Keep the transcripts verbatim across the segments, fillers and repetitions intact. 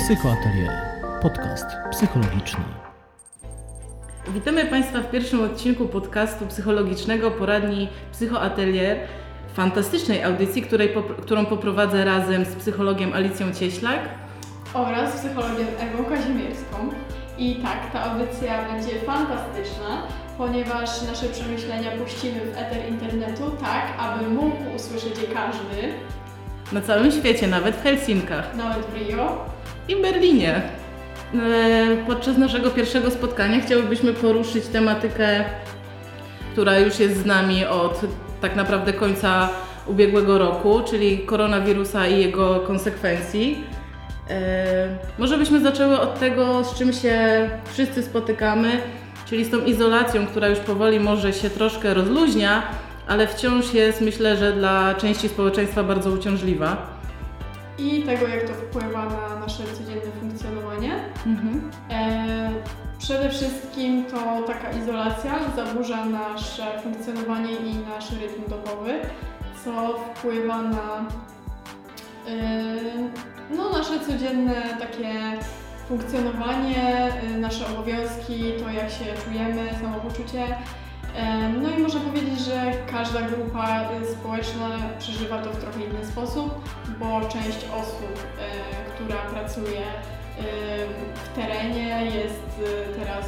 Psychoatelier, podcast psychologiczny. Witamy Państwa w pierwszym odcinku podcastu psychologicznego Poradni Psychoatelier, fantastycznej audycji, której, którą poprowadzę razem z psychologiem Alicją Cieślak oraz psychologiem Ewą Kazimierską. I tak, ta audycja będzie fantastyczna, ponieważ nasze przemyślenia puścimy w eter internetu tak, aby mógł usłyszeć je każdy. Na całym świecie, nawet w Helsinkach. Nawet w Rio. I w Berlinie. Podczas naszego pierwszego spotkania chciałybyśmy poruszyć tematykę, która już jest z nami od tak naprawdę końca ubiegłego roku, czyli koronawirusa i jego konsekwencji. Może byśmy zaczęły od tego, z czym się wszyscy spotykamy, czyli z tą izolacją, która już powoli może się troszkę rozluźnia, ale wciąż jest, myślę, że dla części społeczeństwa bardzo uciążliwa. I tego, jak to wpływa na nasze codzienne funkcjonowanie. Mhm. E, przede wszystkim to taka izolacja zaburza nasze funkcjonowanie i nasz rytm dobowy, co wpływa na e, no, nasze codzienne takie funkcjonowanie, e, nasze obowiązki, to jak się czujemy, samopoczucie. No i można powiedzieć, że każda grupa społeczna przeżywa to w trochę inny sposób, bo część osób, która pracuje w terenie, jest teraz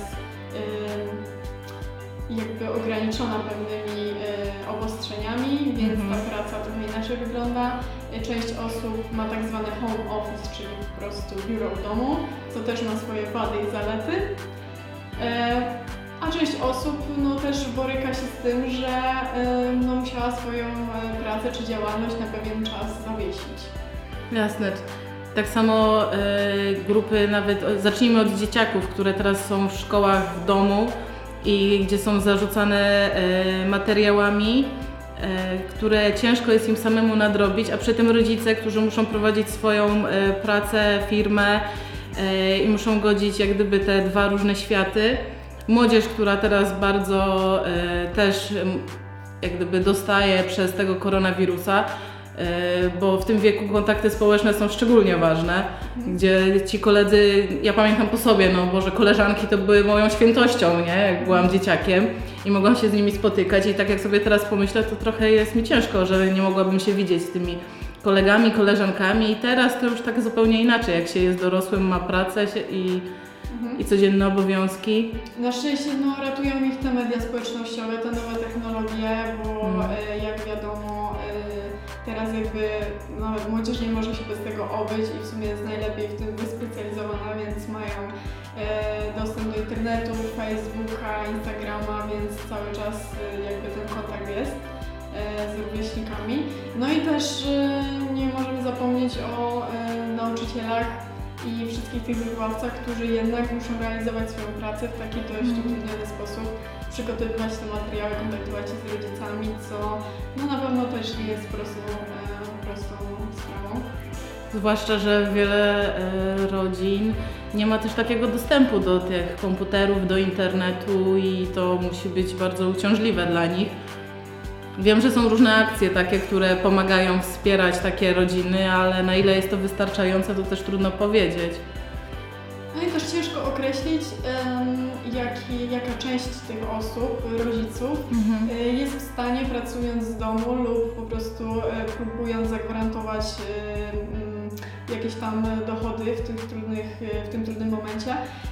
jakby ograniczona pewnymi obostrzeniami, więc mm-hmm. ta praca trochę inaczej wygląda. Część osób ma tak zwany home office, czyli po prostu biuro w domu, co też ma swoje wady i zalety. A część osób no, też boryka się z tym, że y, no, musiała swoją y, pracę czy działalność na pewien czas zawiesić. Jasne. Tak samo y, grupy nawet, zacznijmy od dzieciaków, które teraz są w szkołach w domu i gdzie są zarzucane y, materiałami, y, które ciężko jest im samemu nadrobić, a przy tym rodzice, którzy muszą prowadzić swoją y, pracę, firmę y, i muszą godzić jak gdyby te dwa różne światy. Młodzież, która teraz bardzo y, też y, jak gdyby dostaje przez tego koronawirusa, y, bo w tym wieku kontakty społeczne są szczególnie ważne, gdzie ci koledzy, ja pamiętam po sobie, no Boże, koleżanki to były moją świętością, nie, jak byłam dzieciakiem i mogłam się z nimi spotykać i tak jak sobie teraz pomyślę, to trochę jest mi ciężko, że nie mogłabym się widzieć z tymi kolegami, koleżankami i teraz to już tak zupełnie inaczej, jak się jest dorosłym, ma pracę się i i codzienne obowiązki. Na szczęście no, ratują ich te media społecznościowe, te nowe technologie, bo hmm. e, jak wiadomo e, teraz jakby nawet młodzież nie może się bez tego obyć i w sumie jest najlepiej w tym wyspecjalizowana, więc mają e, dostęp do internetu, Facebooka, Instagrama, więc cały czas e, jakby ten kontakt jest e, z rówieśnikami. No i też e, nie możemy zapomnieć o e, nauczycielach i wszystkich tych wychowawcach, którzy jednak muszą realizować swoją pracę w taki dość utrudniony sposób, przygotowywać te materiały, kontaktować się z rodzicami, co no na pewno też nie jest prostą, e, prostą sprawą. Zwłaszcza, że wiele e, rodzin nie ma też takiego dostępu do tych komputerów, do internetu i to musi być bardzo uciążliwe dla nich. Wiem, że są różne akcje takie, które pomagają wspierać takie rodziny, ale na ile jest to wystarczające, to też trudno powiedzieć. No i też ciężko określić, um, jaki, jaka część tych osób, rodziców, mhm. y, jest w stanie, pracując z domu lub po prostu y, próbując zagwarantować y, y, jakieś tam dochody w, tych trudnych, y, w tym trudnym momencie,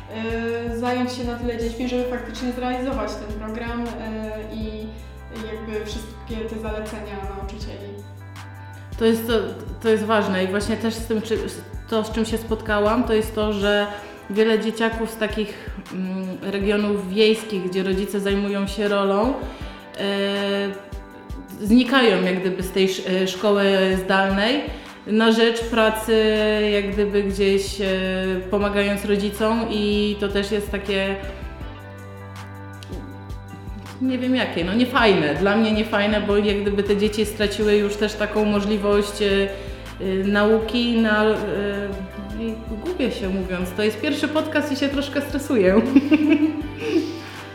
y, zająć się na tyle dziećmi, żeby faktycznie zrealizować ten program y, i jakby wszystkie te zalecenia nauczycieli. To jest, to, to jest ważne i właśnie też z tym, czy, to z czym się spotkałam, to jest to, że wiele dzieciaków z takich mm, regionów wiejskich, gdzie rodzice zajmują się rolą, e, znikają jak gdyby z tej szkoły zdalnej na rzecz pracy jak gdyby gdzieś e, pomagając rodzicom i to też jest takie nie wiem jakie, no niefajne, dla mnie niefajne, bo jak gdyby te dzieci straciły już też taką możliwość y, y, nauki, na, y, i gubię się mówiąc, to jest pierwszy podcast i się troszkę stresuję.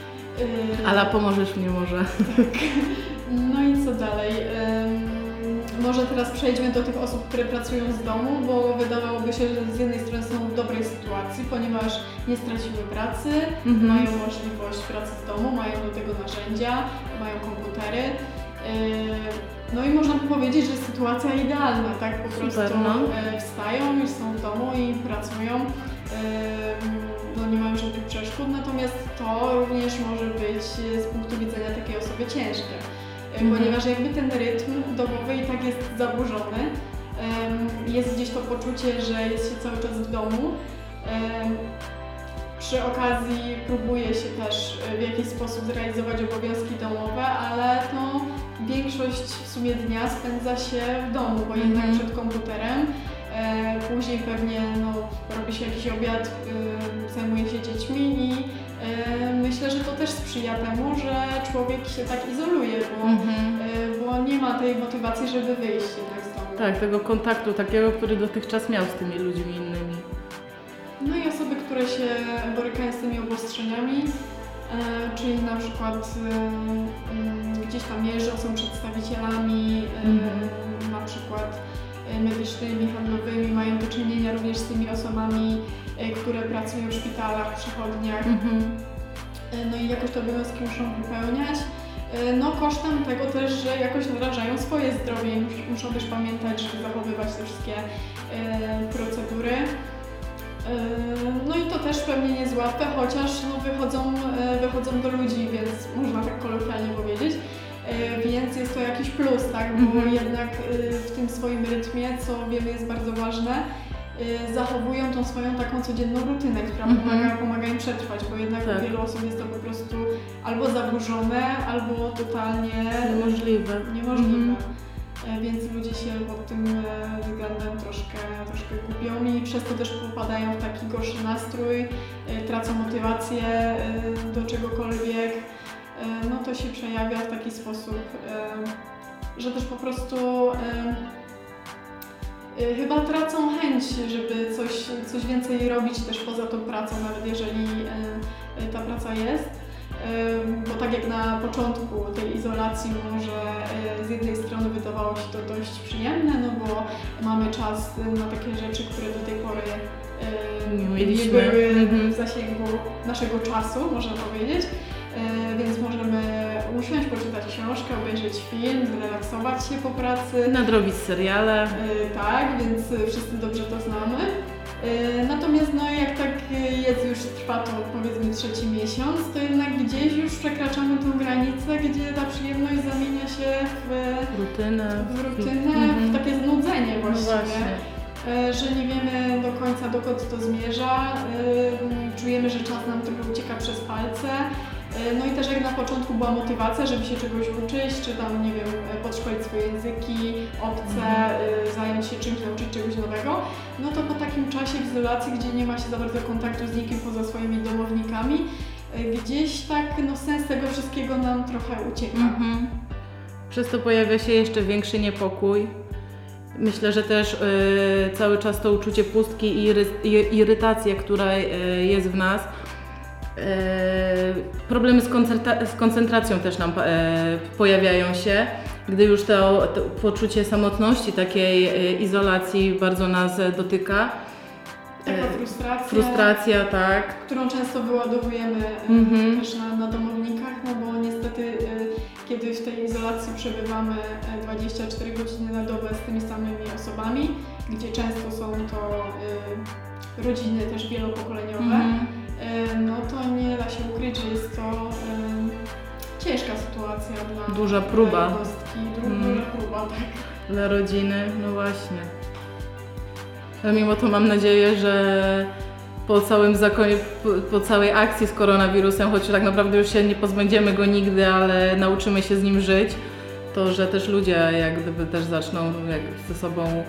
Ala, pomożesz mnie może. Tak. No i co dalej? może teraz przejdźmy do tych osób, które pracują z domu, bo wydawałoby się, że z jednej strony są w dobrej sytuacji, ponieważ nie straciły pracy, Mhm. mają możliwość pracy z domu, mają do tego narzędzia, mają komputery. Yy, No i można by powiedzieć, że sytuacja idealna, tak? Po Super, prostu no. e, wstają i są w domu i pracują. Yy, No nie mają żadnych przeszkód, natomiast to również może być z punktu widzenia takiej osoby ciężkie. Mhm. Ponieważ jakby ten rytm domowy i tak jest zaburzony, em, jest gdzieś to poczucie, że jest się cały czas w domu. Em, Przy okazji próbuje się też w jakiś sposób zrealizować obowiązki domowe, ale to większość w sumie dnia spędza się w domu, bo jednak Mhm. przed komputerem. E, Później pewnie no, robi się jakiś obiad, y, zajmuje się dziećmi i e, myślę, że to też sprzyja temu, że człowiek się tak izoluje, bo, Mhm. e, bo nie ma tej motywacji, żeby wyjść jednak z domu. Tak, tego kontaktu takiego, który dotychczas miał z tymi ludźmi innymi. No i osoby, które się borykają z tymi obostrzeniami, e, czyli na przykład e, mm, gdzieś tam jeżdżą, są przedstawicielami e, Mhm. na przykład e, medycznymi, handlowymi, mają do czynienia również z tymi osobami, e, które pracują w szpitalach, przychodniach, Mhm. e, no i jakoś te obowiązki muszą wypełniać. E, No kosztem tego też, że jakoś narażają swoje zdrowie i mus- muszą też pamiętać, żeby zachowywać te wszystkie e, procedury. No i to też pewnie nie jest łatwe, chociaż no wychodzą, wychodzą do ludzi, więc można tak kolokwialnie powiedzieć. Więc jest to jakiś plus, tak? Bo Mhm. jednak w tym swoim rytmie, co wiemy jest bardzo ważne, zachowują tą swoją taką codzienną rutynę, która Mhm. pomaga, pomaga im przetrwać, bo jednak Tak. u wielu osób jest to po prostu albo zaburzone, albo totalnie Niemożliwe. niemożliwe. Mhm. E, Więc ludzie się pod tym e, względem troszkę, troszkę gubią i przez to też popadają w taki gorszy nastrój, e, tracą motywację e, do czegokolwiek. E, No to się przejawia w taki sposób, e, że też po prostu e, e, chyba tracą chęć, żeby coś, coś więcej robić też poza tą pracą, nawet jeżeli e, e, ta praca jest. Ym, Bo tak jak na początku tej izolacji może y, z jednej strony wydawało się to dość przyjemne, no bo mamy czas na takie rzeczy, które do tej pory y, Nie nie mieliśmy. były Mhm. w zasięgu naszego czasu, można powiedzieć. Y, Więc możemy usiąść, poczytać książkę, obejrzeć film, zrelaksować się po pracy. Nadrobić seriale. Y, Tak, więc y, wszyscy dobrze to znamy. Y, Natomiast no, jak tak y, jest, już trwa to powiedzmy trzeci miesiąc, to jednak gdzieś już przekraczamy tą granicę, gdzie ta przyjemność zamienia się w, Rutynę. w rutynę, Mhm. w takie znudzenie No właściwie. właśnie. Y, Że nie wiemy do końca, dokąd to zmierza, y, czujemy, że czas nam trochę ucieka przez palce. Y, No i też jak na początku była motywacja, żeby się czegoś uczyć, czy tam, nie wiem, podszkolić swoje języki obce, y, zająć się czymś, nauczyć czegoś nowego, no to po takim czasie w izolacji, gdzie nie ma się za bardzo kontaktu z nikim poza swoimi domownikami, y, gdzieś tak no, sens tego wszystkiego nam trochę ucieka. Mhm. Przez to pojawia się jeszcze większy niepokój. Myślę, że też y, cały czas to uczucie pustki i iry, i irytacja, która y, jest w nas. Y, problemy z, koncentra- z koncentracją też nam y, pojawiają się, gdy już to, to poczucie samotności, takiej y, izolacji bardzo nas dotyka. Taka Y, frustracja, Frustracja, tak. którą często wyładowujemy y, Mhm. też na, na domownikach, no bo niestety y, kiedy w tej izolacji przebywamy y, dwadzieścia cztery godziny na dobę z tymi samymi osobami, gdzie często są to y, rodziny też wielopokoleniowe, Mhm. y, no to nie da się ukryć, że jest to y, ciężka sytuacja dla Duża dla próba. jednostki, du- Mhm. duża próba, tak. Dla rodziny, no właśnie. Ale mimo to mam nadzieję, że po całym zakonie, po, po całej akcji z koronawirusem, choć tak naprawdę już się nie pozbędziemy go nigdy, ale nauczymy się z nim żyć, to że też ludzie jak gdyby też zaczną jak ze sobą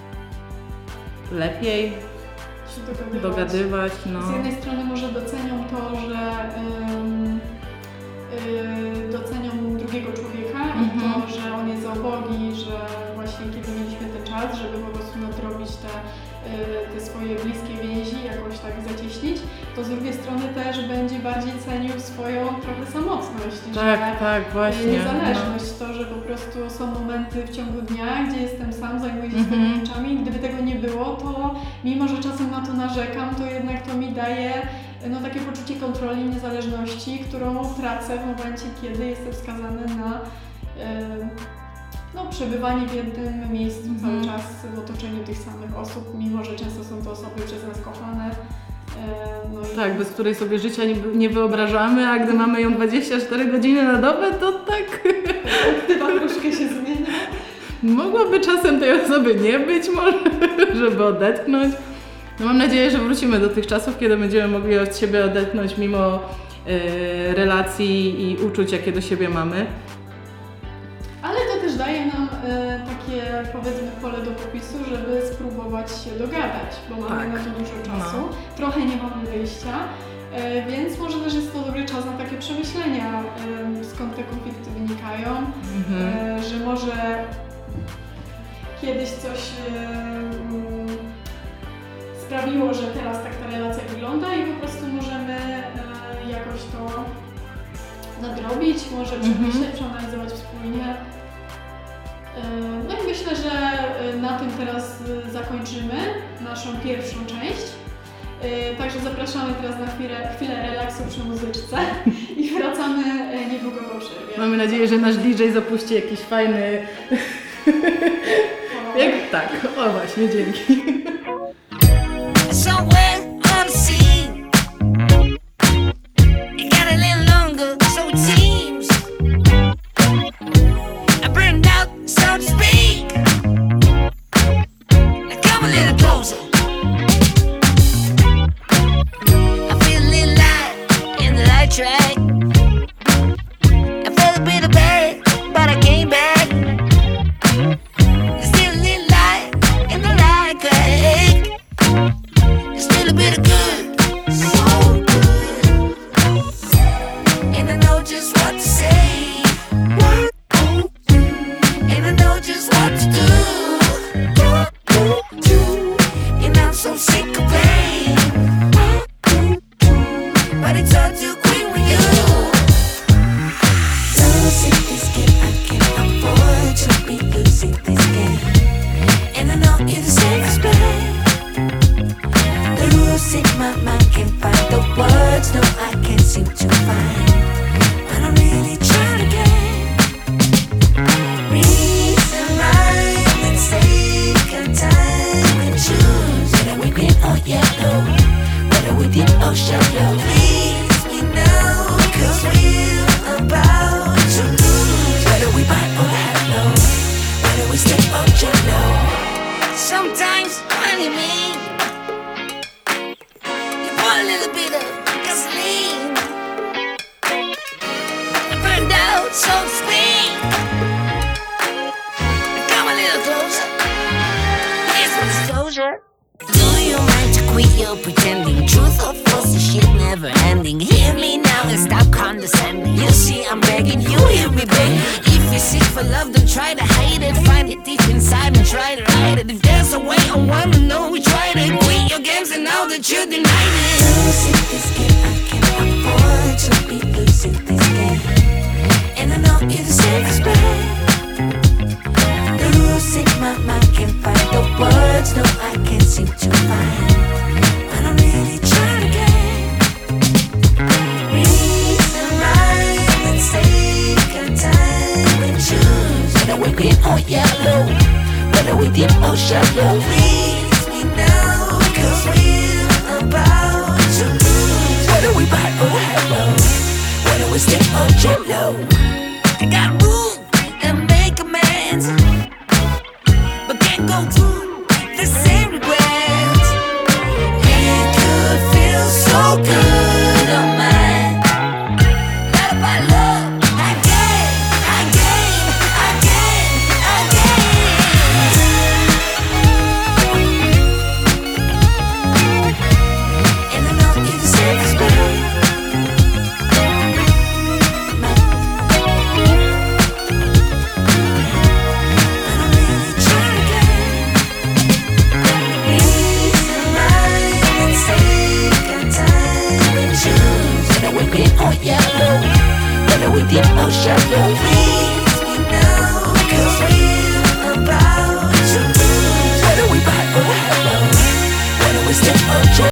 lepiej Się dogadywać. dogadywać. No. Z jednej strony może docenią to, że ym, y, docenią drugiego człowieka i Mhm. to, że on jest za ubogi, że właśnie kiedy mieliśmy ten czas, żeby po prostu nadrobić te te swoje bliskie więzi jakoś tak zacieśnić, to z drugiej strony też będzie bardziej cenił swoją trochę samotność. Tak, że tak, właśnie. Niezależność, no. To, że po prostu są momenty w ciągu dnia, gdzie jestem sam, zajmuję się swoimi Mhm. rzeczami i gdyby tego nie było, to mimo, że czasem na to narzekam, to jednak to mi daje no, takie poczucie kontroli, niezależności, którą tracę w momencie, kiedy jestem skazany na e, no, przebywanie w jednym miejscu Mhm. cały czas w otoczeniu tych samych osób, mimo że często są to osoby przez nas kochane. E, no i Tak, bez której sobie życia nie, nie wyobrażamy, a gdy mamy ją dwadzieścia cztery godziny na dobę, to tak chyba troszkę się zmienia. mogłoby czasem tej osoby nie być może, żeby odetchnąć. No mam nadzieję, że wrócimy do tych czasów, kiedy będziemy mogli od siebie odetchnąć mimo y, relacji i uczuć, jakie do siebie mamy. Ale to też daje nam e, takie, powiedzmy, pole do popisu, żeby spróbować się dogadać, bo mamy Tak. na to dużo czasu, No. trochę nie mamy wyjścia, e, więc może też jest to dobry czas na takie przemyślenia, e, skąd te konflikty wynikają, Mhm. e, że może kiedyś coś e, mm, sprawiło, że teraz tak ta relacja wygląda i po prostu możemy e, jakoś to nadrobić, może przemyśleć, Mhm. przeanalizować wspólnie. E, No i myślę, że e, na tym teraz e, zakończymy naszą pierwszą część. E, Także zapraszamy teraz na chwilę, chwilę relaksu przy muzyczce i wracamy e, niedługo po przerwie. Mamy nadzieję, że nasz D J zapuści jakiś fajny... O, Jak tak, o właśnie, dzięki. Somewhere unseen, it got a little longer, so it seems. I burned out, so to speak. Now come a little closer. I feel a little light in the light track. I felt a bit of bad, but I came back. There's still a little light in the light crack. There's still a bit of good, so good. And I know just what to say. And I know just what to do. And I'm so sick of pain. But it's all too quick with you. Losing this game, I can't afford to be losing this game. And I know you're the safest bet. The rules in my mind can't find the words, no, I can't seem to find. But I'm really trying to get reason, rhyme, and take a time and choose whether we green or yellow, whether we deep or shallow. Please me now, cause we're about to lose. Whether we bite or hello, whether we stay or jello. Sometimes when you mean you put a little bit of gasoline. I burned out, so to speak. Now come a little closer. Here's some disclosure. Do you mind to quit your pretending? Truth or false, this shit never ending. Hear me now and stop condescending. You see I'm begging, you hear me beg. If you're sick for love, don't try to hide it. Find it deep inside and try to hide it. If there's a way, I wanna know we tried it. Quit your games and now that you denied it. Losing this game, I can't afford to be losing this game. And I know you're the safest bet. The rules in my mind can't find the words, no, I can't seem to find. But I'm really trying to get reason, rhyme, and take a time and choose whether we green or yellow, whether we deep or shallow. Please me now, cause we're about to lose. Whether we bite or hello, whether we stick or jello. I got room and make amends, but can't go through the same regrets. It could feel so good on mine. Not about love, again, again, again, again. And I know you're the safest bet. we dip ocean. Please me now, cause we're about to lose. Whether we buy or hello, whether we step ocean.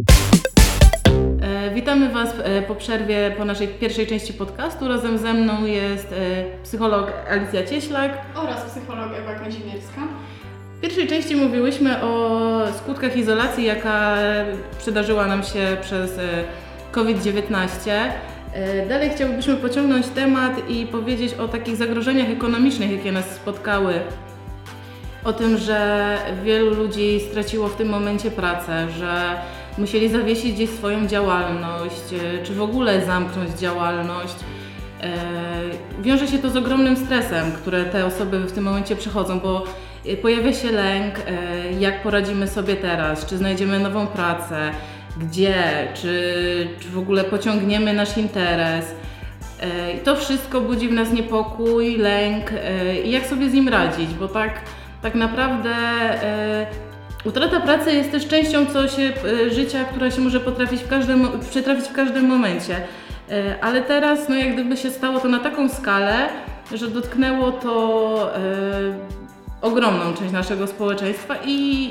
Witamy Was po przerwie, po naszej pierwszej części podcastu. Razem ze mną jest psycholog Alicja Cieślak oraz psycholog Ewa Kazimierska. W pierwszej części mówiłyśmy o skutkach izolacji, jaka przydarzyła nam się przez COVID dziewiętnaście. Dalej chciałbyśmy pociągnąć temat i powiedzieć o takich zagrożeniach ekonomicznych, jakie nas spotkały. O tym, że wielu ludzi straciło w tym momencie pracę, że musieli zawiesić gdzieś swoją działalność, czy w ogóle zamknąć działalność. Wiąże się to z ogromnym stresem, które te osoby w tym momencie przechodzą, bo pojawia się lęk, jak poradzimy sobie teraz, czy znajdziemy nową pracę, gdzie, czy, czy w ogóle pociągniemy nasz interes. I to wszystko budzi w nas niepokój, lęk i jak sobie z nim radzić, bo tak, tak naprawdę utrata pracy jest też częścią coś, życia, która się może potrafić w każdym, przytrafić w każdym momencie. Ale teraz, no jak gdyby się stało to na taką skalę, że dotknęło to e, ogromną część naszego społeczeństwa i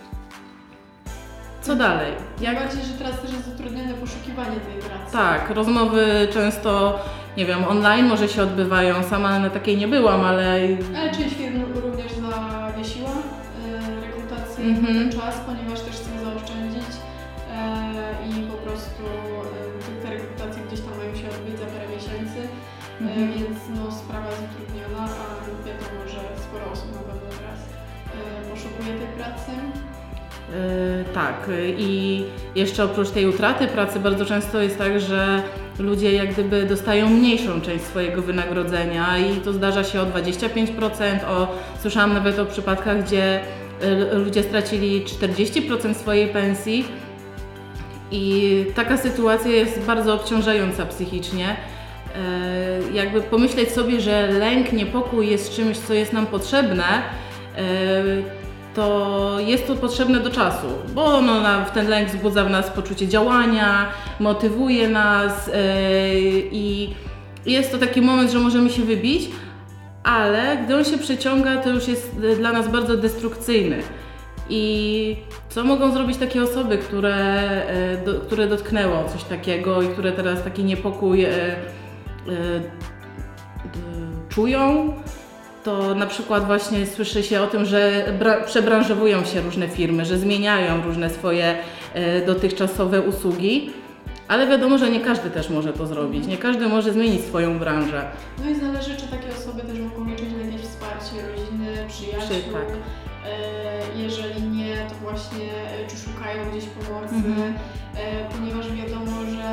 co dalej? Jak bardziej, że teraz też jest utrudnione poszukiwanie tej pracy. Tak, rozmowy często, nie wiem, online może się odbywają, sama na takiej nie byłam, ale... Ale część firm również zawiesiła e, rekrutację Mhm. na ten czas, ponieważ też chcą zaoszczędzić e, i po prostu e, te rekrutacje gdzieś tam mają się odbyć za parę miesięcy, Mhm. e, więc no, sprawa jest utrudniona, a wiadomo, że sporo osób na pewno teraz e, poszukuje tej pracy. Yy, tak, i jeszcze oprócz tej utraty pracy bardzo często jest tak, że ludzie jak gdyby dostają mniejszą część swojego wynagrodzenia i to zdarza się o dwadzieścia pięć procent, o, słyszałam nawet o przypadkach, gdzie y, ludzie stracili czterdzieści procent swojej pensji i taka sytuacja jest bardzo obciążająca psychicznie. Yy, jakby pomyśleć sobie, że lęk, niepokój jest czymś, co jest nam potrzebne, yy, to jest to potrzebne do czasu, bo no, na, ten lęk wzbudza w nas poczucie działania, motywuje nas yy, i jest to taki moment, że możemy się wybić, ale gdy on się przeciąga, to już jest dla nas bardzo destrukcyjny. I co mogą zrobić takie osoby, które, yy, do, które dotknęło coś takiego i które teraz taki niepokój yy, yy, yy, czują? To na przykład właśnie słyszy się o tym, że bra- przebranżowują się różne firmy, że zmieniają różne swoje e, dotychczasowe usługi, ale wiadomo, że nie każdy też może to zrobić, nie każdy może zmienić swoją branżę. No i zależy, czy takie osoby też mogą liczyć na jakieś wsparcie rodziny, przyjaciół. Przy, tak. E, jeżeli nie, to właśnie e, czy szukają gdzieś pomocy, Mhm. e, ponieważ wiadomo, że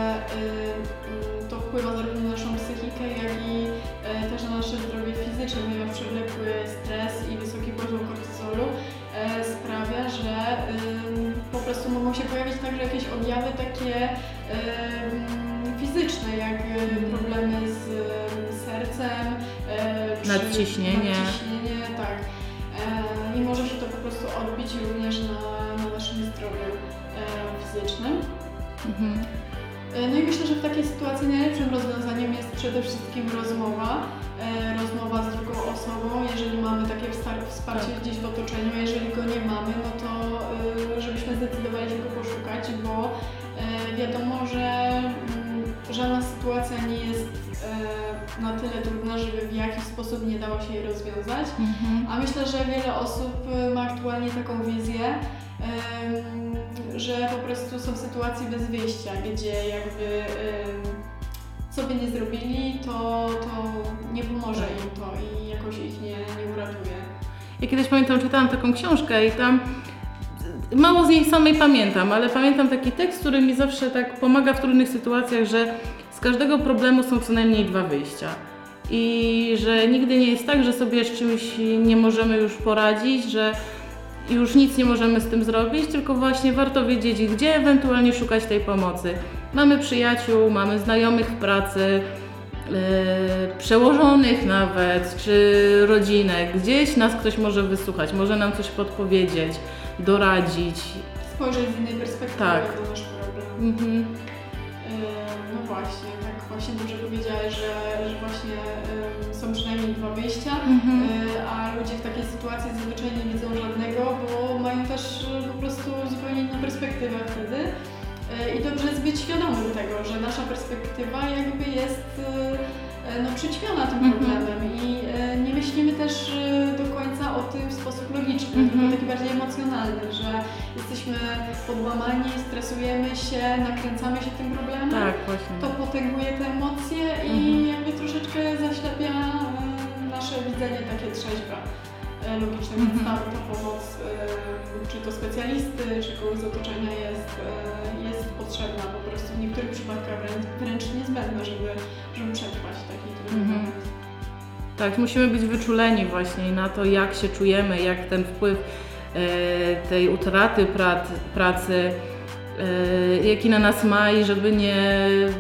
e, to wpływa zarówno na naszą psychikę, jak i e, też na nasze zdrowie fizyczne, ponieważ przewlekły stres i wysoki poziom kortyzolu e, sprawia, że e, po prostu mogą się pojawić także jakieś objawy takie e, fizyczne, jak e, problemy z e, sercem, e, czy Nadciśnienie. nadciśnienie, tak. E, I może się to po prostu odbić również na, na naszym zdrowiu e, fizycznym. Mhm. E, No i myślę, że w takiej sytuacji najlepszym rozwiązaniem jest przede wszystkim rozmowa. E, rozmowa z drugą osobą, jeżeli mamy takie wsta- wsparcie Tak. gdzieś w otoczeniu, a jeżeli go nie mamy, no to e, żebyśmy zdecydowali się go poszukać, bo e, wiadomo, że mm, żadna sytuacja nie jest e, na tyle trudna, żeby w jakiś sposób nie dało się jej rozwiązać. Mhm. A myślę, że wiele osób y, ma aktualnie taką wizję, ym, że po prostu są w sytuacji bez wyjścia, gdzie jakby ym, sobie nie zrobili, to, to nie pomoże im to i jakoś ich nie, nie uratuje. Ja kiedyś pamiętam, czytałam taką książkę i tam mało z niej samej pamiętam, ale pamiętam taki tekst, który mi zawsze tak pomaga w trudnych sytuacjach, że z każdego problemu są co najmniej dwa wyjścia. I że nigdy nie jest tak, że sobie z czymś nie możemy już poradzić, że już nic nie możemy z tym zrobić, tylko właśnie warto wiedzieć, gdzie ewentualnie szukać tej pomocy. Mamy przyjaciół, mamy znajomych w pracy, yy, przełożonych nawet, czy rodzinę. Gdzieś nas ktoś może wysłuchać, może nam coś podpowiedzieć, doradzić. Spojrzeć z innej perspektywy Tak. na nasz problem. Mhm. Yy, no właśnie, tak właśnie dobrze powiedziałeś, że, że właśnie y, są przynajmniej dwa wyjścia, Mhm. y, a ludzie w takiej sytuacji zazwyczaj nie widzą żadnego, bo mają też y, po prostu zupełnie inną perspektywę wtedy. Y, I dobrze jest być świadomym tego, że nasza perspektywa jakby jest y, no, przyćmiona tym Mhm. problemem i y, nie myślimy też y, do końca o tym w sposób logiczny, Mhm. tylko taki bardziej emocjonalny, że jesteśmy podłamani, stresujemy się, nakręcamy się tym problemem. Tak, właśnie. To potęguje te emocje i Mhm. jakby jakby troszeczkę zaślepia y, nasze widzenie takie trzeźwe, y, logiczne, Mhm. więc ta, ta pomoc, y, czy to specjalisty, czy kogoś z otoczenia jest, y, jest potrzebna, po prostu w niektórych przypadkach wręcz, wręcz niezbędna, żeby, żeby przetrwać taki trudny Mhm. moment. Tak, musimy być wyczuleni właśnie na to, jak się czujemy, jak ten wpływ e, tej utraty prac, pracy, e, jaki na nas ma i żeby nie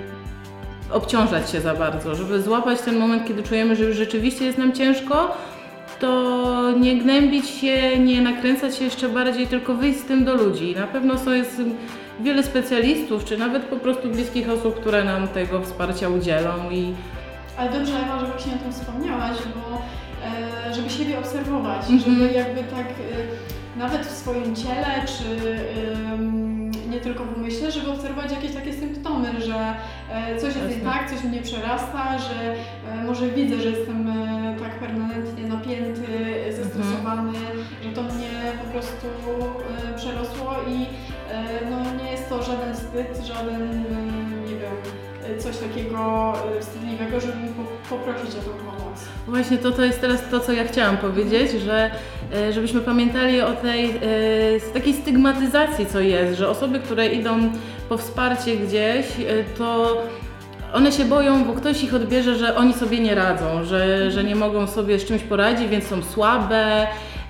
obciążać się za bardzo, żeby złapać ten moment, kiedy czujemy, że już rzeczywiście jest nam ciężko, to nie gnębić się, nie nakręcać się jeszcze bardziej, tylko wyjść z tym do ludzi. Na pewno są, jest wiele specjalistów, czy nawet po prostu bliskich osób, które nam tego wsparcia udzielą i Ale dobrze, Ewa, że właśnie o tym wspomniałaś, bo e, żeby siebie obserwować, Mhm. żeby jakby tak e, nawet w swoim ciele, czy ym, nie tylko w umyśle, żeby obserwować jakieś takie symptomy, że e, coś jest nie Jasne. tak, coś mnie przerasta, że e, może widzę, że jestem e, tak permanentnie napięty, zestresowany, że to mnie po prostu e, przerosło i e, no, nie jest to żaden wstyd, żaden, e, nie wiem, coś takiego e, wstydliwego, żeby mi po, poprosić o tą pomoc. właśnie to, to jest teraz to, co ja chciałam powiedzieć, że e, żebyśmy pamiętali o tej e, takiej stygmatyzacji, co jest, że osoby, które idą po wsparcie gdzieś, e, to one się boją, bo ktoś ich odbierze, że oni sobie nie radzą, że, że nie mogą sobie z czymś poradzić, więc są słabe e,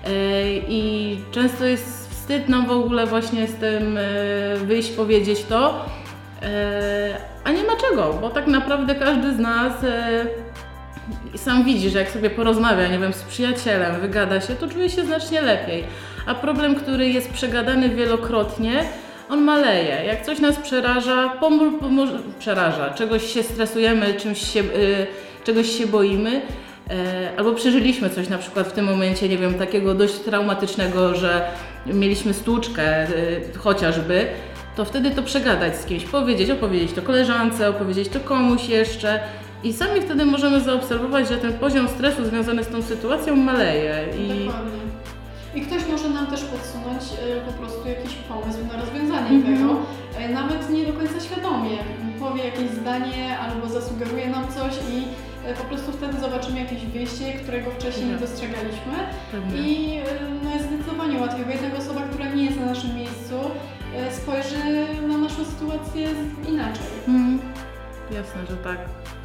i często jest wstyd nam w ogóle właśnie z tym e, wyjść, powiedzieć to, e, a nie ma czego, bo tak naprawdę każdy z nas e, sam widzi, że jak sobie porozmawia, nie wiem, z przyjacielem, wygada się, to czuje się znacznie lepiej. A problem, który jest przegadany wielokrotnie, on maleje. Jak coś nas przeraża, pomóż, pomóż, przeraża, czegoś się stresujemy, czymś się, y, czegoś się boimy, y, albo przeżyliśmy coś na przykład w tym momencie, nie wiem, takiego dość traumatycznego, że mieliśmy stłuczkę y, chociażby, to wtedy to przegadać z kimś, powiedzieć, opowiedzieć to koleżance, opowiedzieć to komuś jeszcze. I sami wtedy możemy zaobserwować, że ten poziom stresu związany z tą sytuacją maleje. I Dokładnie. I ktoś może nam też podsunąć y, po prostu jakiś pomysł na rozwiązanie Mhm. tego, y, nawet nie do końca świadomie. Powie jakieś zdanie albo zasugeruje nam coś i y, po prostu wtedy zobaczymy jakieś wyjście, którego wcześniej nie Mhm. dostrzegaliśmy. pewnie. I y, no, jest zdecydowanie łatwiej, bo jednak osoba, która nie jest na naszym miejscu, y, spojrzy na naszą sytuację z- inaczej. Mhm. Jasne, że tak.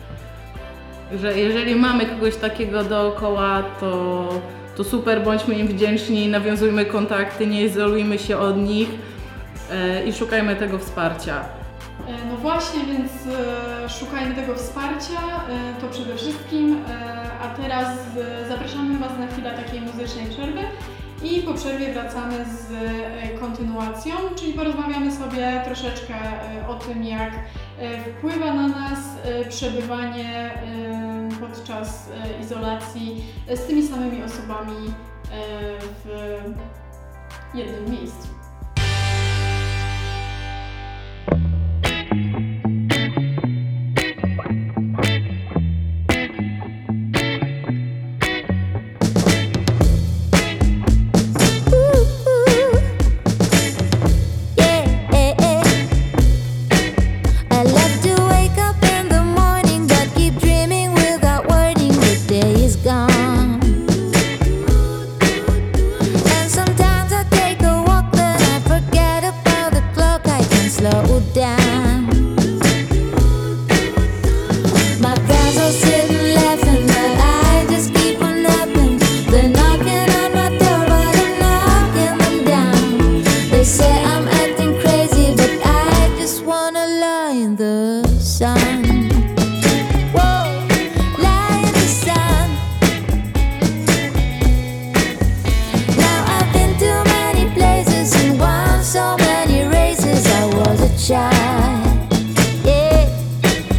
Że jeżeli mamy kogoś takiego dookoła, to, to super, bądźmy im wdzięczni, nawiązujmy kontakty, nie izolujmy się od nich e, i szukajmy tego wsparcia. E, No właśnie, więc e, szukajmy tego wsparcia, e, to przede wszystkim, e, a teraz e, zapraszamy Was na chwilę takiej muzycznej przerwy i po przerwie wracamy z e, kontynuacją, czyli porozmawiamy sobie troszeczkę e, o tym, jak e, wpływa na nas e, przebywanie e, podczas e, izolacji e, z tymi samymi osobami e, w jednym miejscu. I love to wake up in the morning, but keep dreaming without wording. The day is gone, and sometimes I take a walk, then I forget about the clock. I can slow down. My friends are sitting laughing, but I just keep on rapping. They're knocking on my door, but I'm knocking them down. They say I'm acting crazy, but I just wanna lie in the sun. Whoa, lie in the sun. Now I've been to many places and won so many races. I was a child, yeah.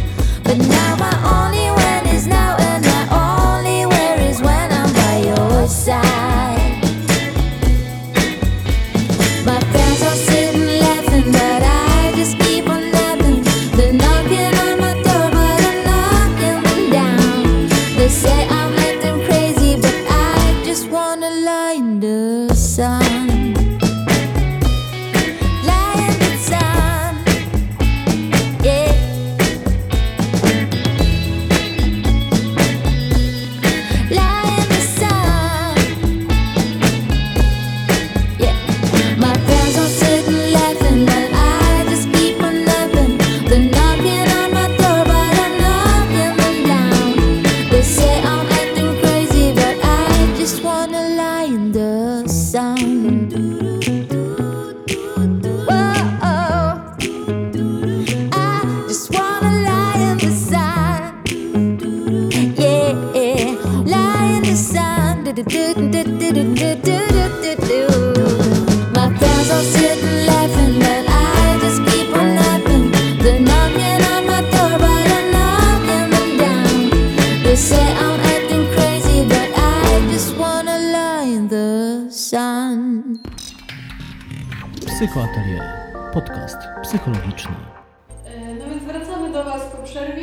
Psychoatelier. Podcast psychologiczny. No więc wracamy do Was po przerwie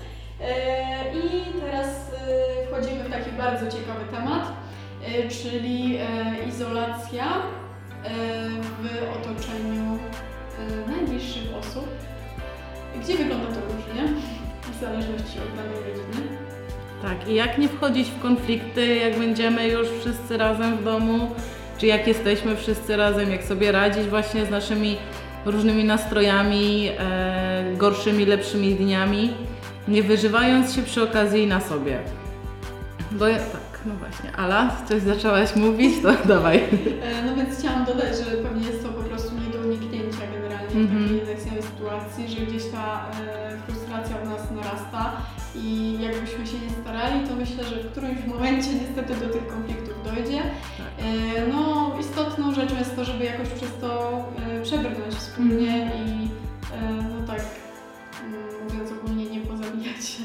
e, i teraz e, wchodzimy w taki bardzo ciekawy temat, e, czyli e, izolacja e, w otoczeniu e, najbliższych osób. Gdzie wygląda to różnie, w zależności od danej rodziny. Tak, i jak nie wchodzić w konflikty, jak będziemy już wszyscy razem w domu, czy jak jesteśmy wszyscy razem, jak sobie radzić właśnie z naszymi różnymi nastrojami, e, gorszymi, lepszymi dniami, nie wyżywając się przy okazji na sobie. Bo ja, tak, no właśnie, Ala, coś zaczęłaś mówić, to dawaj. E, no więc chciałam dodać, że pewnie jest to po prostu nie do uniknięcia generalnie w Mhm. takiej lekcjowej sytuacji, że gdzieś ta e, frustracja w nas narasta i jakbyśmy się nie starali, to myślę, że w którymś momencie niestety do tych konfliktów dojdzie. E, no istotną rzeczą jest to, żeby jakoś przez to e, przebrnąć wspólnie i e, no tak mm, mówiąc ogólnie nie pozabijać się.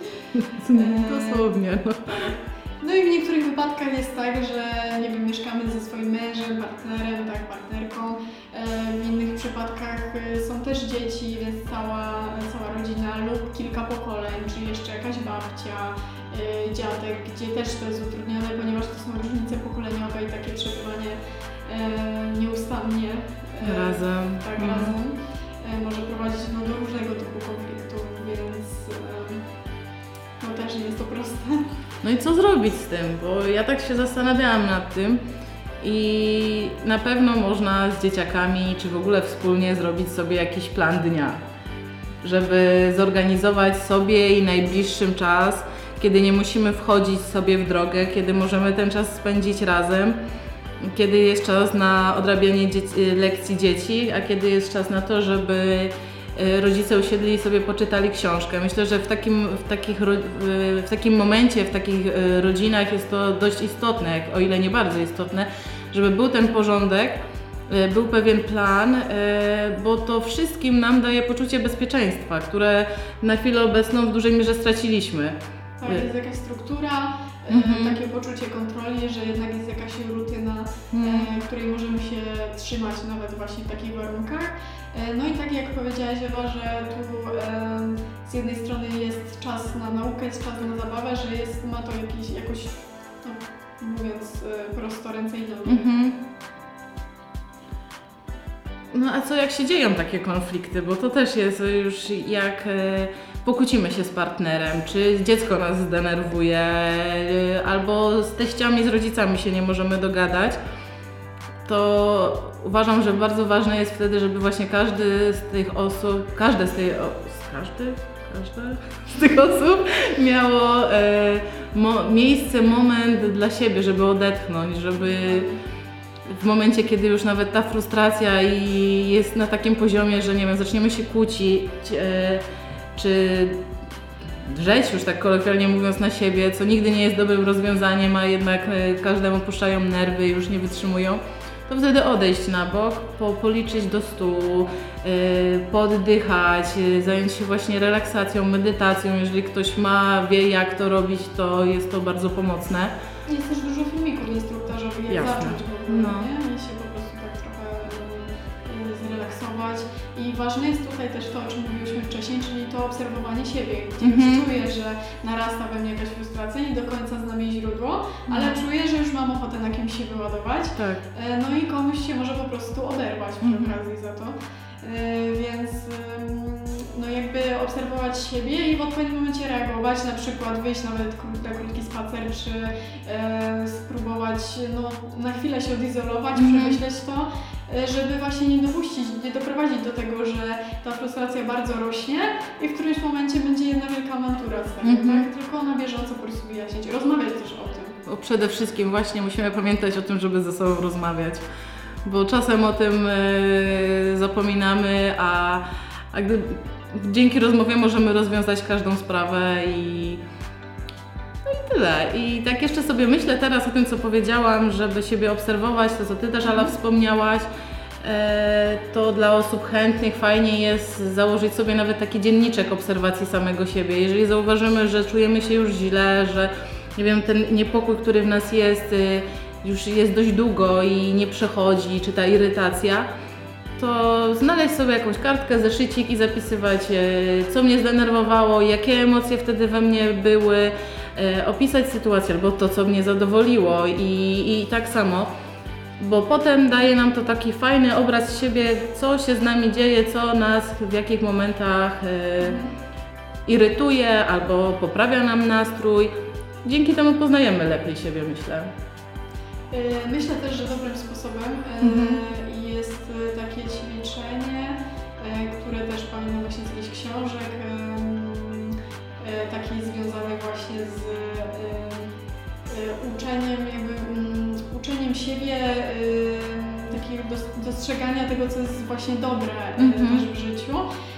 Dosłownie, no. No i w niektórych wypadkach jest tak, że nie wiem, mieszkamy ze swoim mężem, partnerem, tak, partnerką. E, W innych przypadkach e, są też dzieci, więc cała, cała rodzina lub kilka pokoleń, czy jeszcze jakaś babcia, e, dziadek, gdzie też to jest utrudnione, ponieważ to są różnice pokoleniowe i takie przebywanie e, nieustannie e, Razem. tak, Mhm. razem e, może prowadzić no, do różnego typu konfliktów, więc e, no też nie jest to proste. No i co zrobić z tym? Bo ja tak się zastanawiałam nad tym i na pewno można z dzieciakami, czy w ogóle wspólnie zrobić sobie jakiś plan dnia, żeby zorganizować sobie i najbliższym czas, kiedy nie musimy wchodzić sobie w drogę, kiedy możemy ten czas spędzić razem, kiedy jest czas na odrabianie dzieci, lekcji dzieci, a kiedy jest czas na to, żeby rodzice usiedli i sobie poczytali książkę. Myślę, że w takim, w takich, w takim momencie, w takich rodzinach jest to dość istotne, o ile nie bardzo istotne, żeby był ten porządek, był pewien plan, bo to wszystkim nam daje poczucie bezpieczeństwa, które na chwilę obecną w dużej mierze straciliśmy. Tak, jest jakaś struktura, Mhm. e, takie poczucie kontroli, że jednak jest jakaś rutyna, Mhm. e, której możemy się trzymać nawet właśnie w takich warunkach. E, no i tak jak powiedziałaś Ewa, że tu e, z jednej strony jest czas na naukę, jest czas na zabawę, że jest, ma to jakiś, jakoś, no, mówiąc e, prosto, ręce i nogi. Mhm. No a co jak się dzieją takie konflikty, bo to też jest już jak e, pokłócimy się z partnerem, czy dziecko nas zdenerwuje, e, albo z teściami, z rodzicami się nie możemy dogadać, to uważam, że bardzo ważne jest wtedy, żeby właśnie każdy z tych osób, każde z tej, o, z każdy, każde z tych osób miało e, mo, miejsce, moment dla siebie, żeby odetchnąć, żeby w momencie, kiedy już nawet ta frustracja i jest na takim poziomie, że nie wiem, zaczniemy się kłócić, e, czy drzeć już tak kolokwialnie mówiąc na siebie, co nigdy nie jest dobrym rozwiązaniem, a jednak e, każdemu puszczają nerwy i już nie wytrzymują, to wtedy odejść na bok, po, policzyć do stu, e, poddychać, e, zająć się właśnie relaksacją, medytacją. Jeżeli ktoś ma, wie jak to robić, to jest to bardzo pomocne. Jest też dużo filmików instruktażowych, jak Jasne. zacząć w ogóle, No. nie? I się po prostu tak trochę um, zrelaksować. I ważne jest tutaj też to, o czym mówiliśmy wcześniej, czyli to obserwowanie siebie, gdzie Mhm. już czuję, że narasta we mnie jakaś frustracja, nie do końca znam jej źródło, ale czuję, że już mam ochotę na kimś się wyładować. Tak. E, No i komuś się może po prostu oderwać przy Mhm. okazji za to. E, Więc ym, no jakby obserwować siebie i w odpowiednim momencie reagować, na przykład wyjść nawet kró- na krótki spacer, czy e, spróbować no, na chwilę się odizolować, Mhm. przemyśleć to, e, żeby właśnie nie dopuścić, nie doprowadzić do tego, że ta frustracja bardzo rośnie i w którymś momencie będzie jedna wielka awantura z tego, Mhm. tak? Tylko na bieżąco po prostu wyjaśnić, rozmawiać też o tym. Bo przede wszystkim właśnie musimy pamiętać o tym, żeby ze sobą rozmawiać, bo czasem o tym e, zapominamy, a, a gdy, dzięki rozmowie możemy rozwiązać każdą sprawę i no i tyle. I tak jeszcze sobie myślę teraz o tym, co powiedziałam, żeby siebie obserwować, to co Ty też, Ala, wspomniałaś, e, to dla osób chętnych fajnie jest założyć sobie nawet taki dzienniczek obserwacji samego siebie. Jeżeli zauważymy, że czujemy się już źle, że nie wiem, ten niepokój, który w nas jest, y, już jest dość długo i nie przechodzi, czy ta irytacja, to znaleźć sobie jakąś kartkę, zeszycik i zapisywać, co mnie zdenerwowało, jakie emocje wtedy we mnie były, opisać sytuację albo to, co mnie zadowoliło i, i tak samo, bo potem daje nam to taki fajny obraz siebie, co się z nami dzieje, co nas w jakich momentach irytuje albo poprawia nam nastrój. Dzięki temu poznajemy lepiej siebie, myślę. Myślę też, że dobrym sposobem Mhm. jest takie ćwiczenie, które też pamiętam właśnie z jakichś książek, takich związanych właśnie z uczeniem, jakby uczeniem siebie, takiego dostrzegania tego, co jest właśnie dobre Mhm. też w życiu.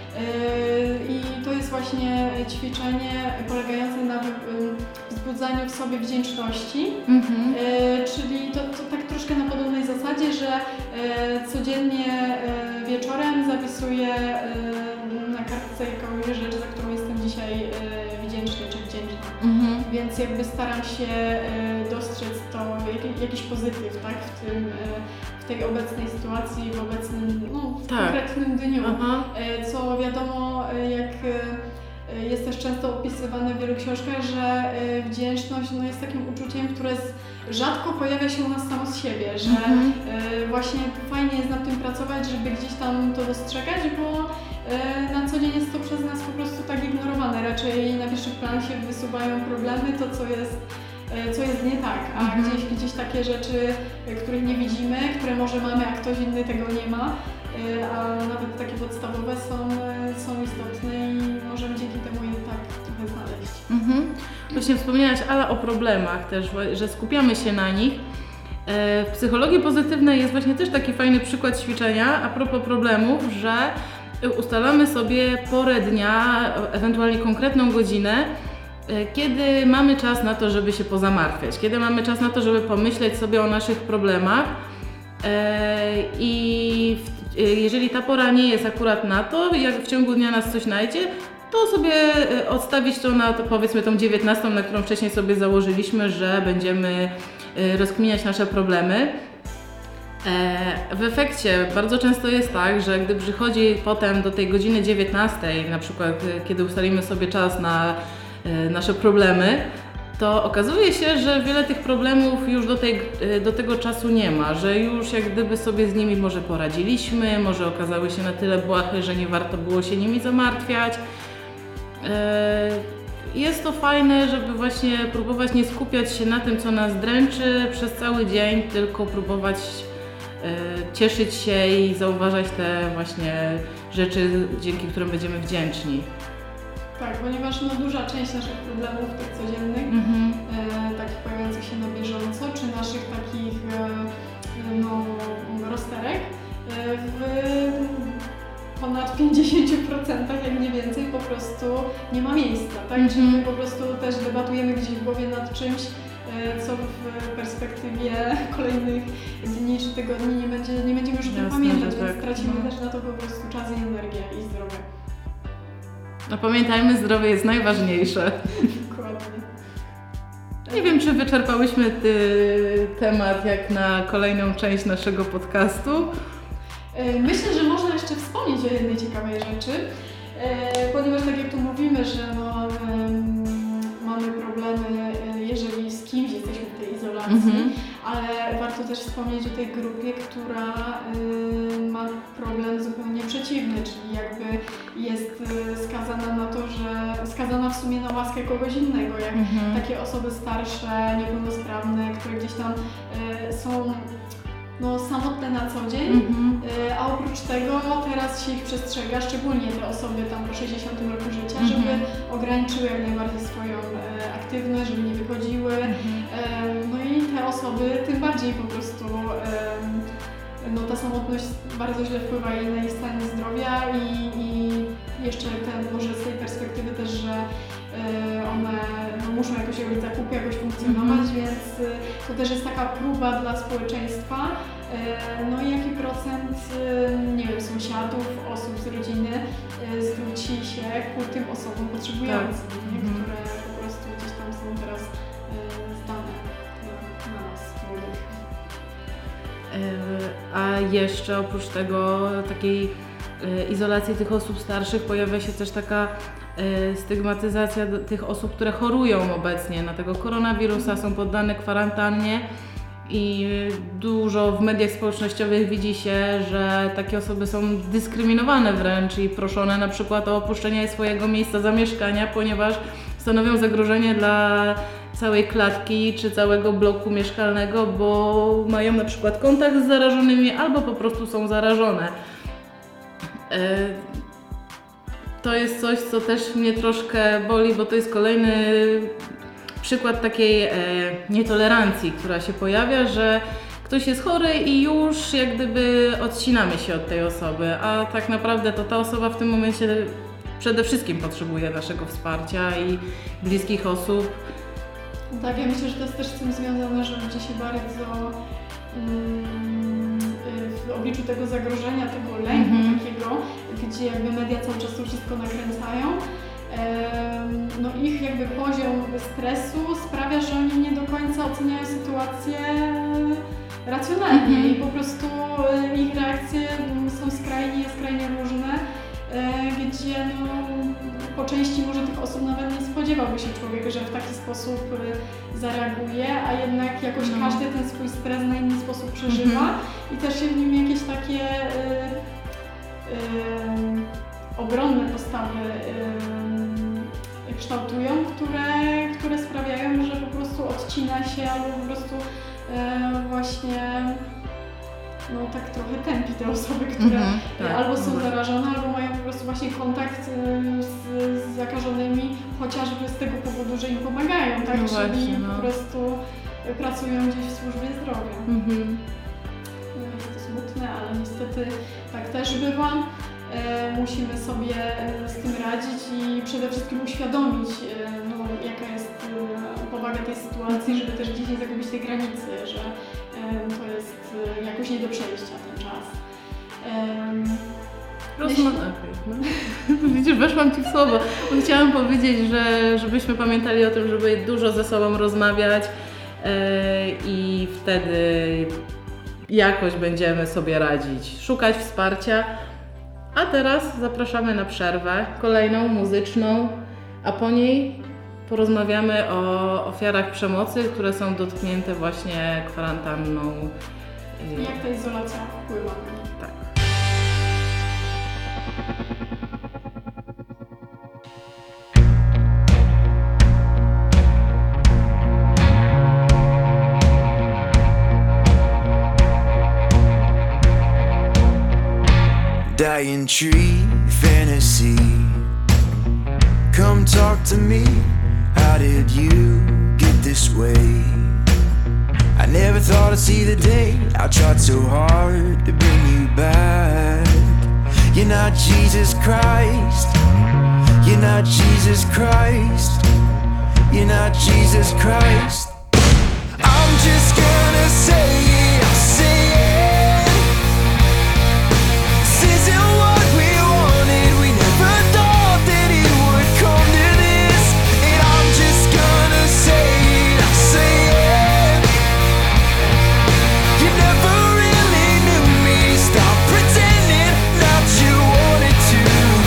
I to jest właśnie ćwiczenie polegające na wzbudzaniu w sobie wdzięczności, Mhm. czyli to, to tak troszkę na podobnej zasadzie, że codziennie wieczorem zapisuję na kartce jakąś rzecz, za którą jestem dzisiaj wdzięczny czy wdzięczna. Mhm. Więc jakby staram się dostrzec to, jakiś pozytyw, tak, w tym, w tej obecnej sytuacji, w obecnym, no, w Tak. konkretnym dniu. Aha. Co wiadomo, jak jest też często opisywane w wielu książkach, że wdzięczność no, jest takim uczuciem, które z, rzadko pojawia się u nas samo z siebie, że Mhm. właśnie fajnie jest nad tym pracować, żeby gdzieś tam to dostrzegać, bo na co dzień jest to przez nas po prostu tak ignorowane. Raczej na pierwszy plan się wysuwają problemy, to co jest, co jest nie tak, a Mhm. gdzieś, gdzieś takie rzeczy, których nie widzimy, które może mamy, a ktoś inny tego nie ma, a nawet takie podstawowe są, są istotne i możemy dzięki temu je tak trochę znaleźć. Mhm. Właśnie wspomniałaś, Ala, o problemach też, że skupiamy się na nich. W psychologii pozytywnej jest właśnie też taki fajny przykład ćwiczenia a propos problemów, że ustalamy sobie porę dnia, ewentualnie konkretną godzinę, kiedy mamy czas na to, żeby się pozamartwiać, kiedy mamy czas na to, żeby pomyśleć sobie o naszych problemach. I jeżeli ta pora nie jest akurat na to, jak w ciągu dnia nas coś znajdzie, to sobie odstawić to na to, powiedzmy tą dziewiętnastą, na którą wcześniej sobie założyliśmy, że będziemy rozkminiać nasze problemy. W efekcie bardzo często jest tak, że gdy przychodzi potem do tej godziny dziewiętnastej, na przykład kiedy ustalimy sobie czas na nasze problemy, to okazuje się, że wiele tych problemów już do, tej, do tego czasu nie ma, że już jak gdyby sobie z nimi może poradziliśmy, może okazały się na tyle błahe, że nie warto było się nimi zamartwiać. Jest to fajne, żeby właśnie próbować nie skupiać się na tym, co nas dręczy przez cały dzień, tylko próbować cieszyć się i zauważać te właśnie rzeczy, dzięki którym będziemy wdzięczni. Tak, ponieważ no, duża część naszych problemów tych codziennych, Mhm. e, takich pojawiających się na bieżąco, czy naszych takich e, no, rozterek, e, w ponad pięćdziesięciu procentach, jak nie więcej, po prostu nie ma miejsca, tak? Mhm. Czyli my po prostu też debatujemy gdzieś w głowie nad czymś, e, co w perspektywie kolejnych dni czy tygodni nie, będzie, nie będziemy już o tym Jasne, pamiętać, że więc tak. tracimy No. też na to po prostu czas i energię i zdrowie. No pamiętajmy, zdrowie jest najważniejsze. Dokładnie. Nie wiem, czy wyczerpałyśmy ty, temat jak na kolejną część naszego podcastu. Myślę, że można jeszcze wspomnieć o jednej ciekawej rzeczy, ponieważ tak jak tu mówimy, że no, mamy problemy, jeżeli z kimś jesteśmy w tej izolacji, Mhm. ale warto też wspomnieć o tej grupie, która ma problem zupełnie przeciwny, czyli jakby jest skazana na to, że skazana w sumie na łaskę kogoś innego, jak Mhm. takie osoby starsze, niepełnosprawne, które gdzieś tam są no, samotne na co dzień, Mhm. a oprócz tego teraz się ich przestrzega, szczególnie te osoby tam po sześćdziesiątym roku życia, Mhm. żeby ograniczyły jak najbardziej swoją e, aktywność, żeby nie wychodziły. Mhm. E, no i te osoby tym bardziej po prostu e, no, ta samotność bardzo źle wpływa jej na ich stan zdrowia i, i jeszcze ten, może z tej perspektywy też, że e, one no, muszą jakoś robić zakupy, jakoś funkcjonować, Mhm. więc e, to też jest taka próba dla społeczeństwa. E, no i jaki procent, e, nie wiem, sąsiadów, osób z rodziny e, zwróci się ku tym osobom potrzebującym, nie? Mhm. które po prostu gdzieś tam są teraz e, zdane na, na nas, młodych. A jeszcze oprócz tego takiej izolacji tych osób starszych pojawia się też taka stygmatyzacja tych osób, które chorują obecnie na tego koronawirusa, są poddane kwarantannie i dużo w mediach społecznościowych widzi się, że takie osoby są dyskryminowane wręcz i proszone na przykład o opuszczenie swojego miejsca zamieszkania, ponieważ stanowią zagrożenie dla całej klatki czy całego bloku mieszkalnego, bo mają na przykład kontakt z zarażonymi albo po prostu są zarażone. To jest coś, co też mnie troszkę boli, bo to jest kolejny przykład takiej e, nietolerancji, która się pojawia, że ktoś jest chory i już jak gdyby odcinamy się od tej osoby, a tak naprawdę to ta osoba w tym momencie przede wszystkim potrzebuje naszego wsparcia i bliskich osób. Tak, ja myślę, że to jest też z tym związane, że ludzie się bardzo mm, w obliczu tego zagrożenia, tego lęku mm-hmm. takiego, gdzie jakby media cały czas to wszystko nakręcają, no ich jakby poziom stresu sprawia, że oni nie do końca oceniają sytuację racjonalnie mm-hmm. i po prostu ich reakcje są skrajnie, skrajnie różne, gdzie no, po części może tych osób nawet nie spodziewałby się człowiek, że w taki sposób zareaguje, a jednak jakoś mm. każdy ten swój stres na inny sposób przeżywa mm-hmm. i też się w nim jakieś takie y, y, obronne postawy y, kształtują, które, które sprawiają, że po prostu odcina się albo po prostu y, właśnie no tak trochę tępi te osoby, które mm-hmm, tak, albo są tak. zarażone, albo mają po prostu właśnie kontakt z, z zakażonymi, chociażby z tego powodu, że im pomagają, tak? No Czyli właśnie, no. po prostu pracują gdzieś w służbie zdrowia. Mm-hmm. Jest to smutne, ale niestety tak też bywa. E, musimy sobie z tym radzić i przede wszystkim uświadomić, e, no, jaka jest e, powaga tej sytuacji, żeby też gdzieś nie zagubić tej granicy, że to jest jakoś nie do przejścia ten czas. Um, Rozma- okay, no. Widzisz, weszłam Ci w słowo. Chciałam powiedzieć, że żebyśmy pamiętali o tym, żeby dużo ze sobą rozmawiać e, i wtedy jakoś będziemy sobie radzić, szukać wsparcia. A teraz zapraszamy na przerwę, kolejną muzyczną, a po niej porozmawiamy o ofiarach przemocy, które są dotknięte właśnie kwarantanną. I jak ta izolacja wpływa na nie. Tak. Dying tree, fantasy. Come talk to me. How did you get this way? I never thought I'd see the day. I tried so hard to bring you back. You're not Jesus Christ. You're not Jesus Christ. You're not Jesus Christ. I'm just gonna say it, I'll say it. This isn't what we wanted. We never thought that it would come to this. And I'm just gonna say it, I'll say it. You never really knew me. Stop pretending that you wanted to.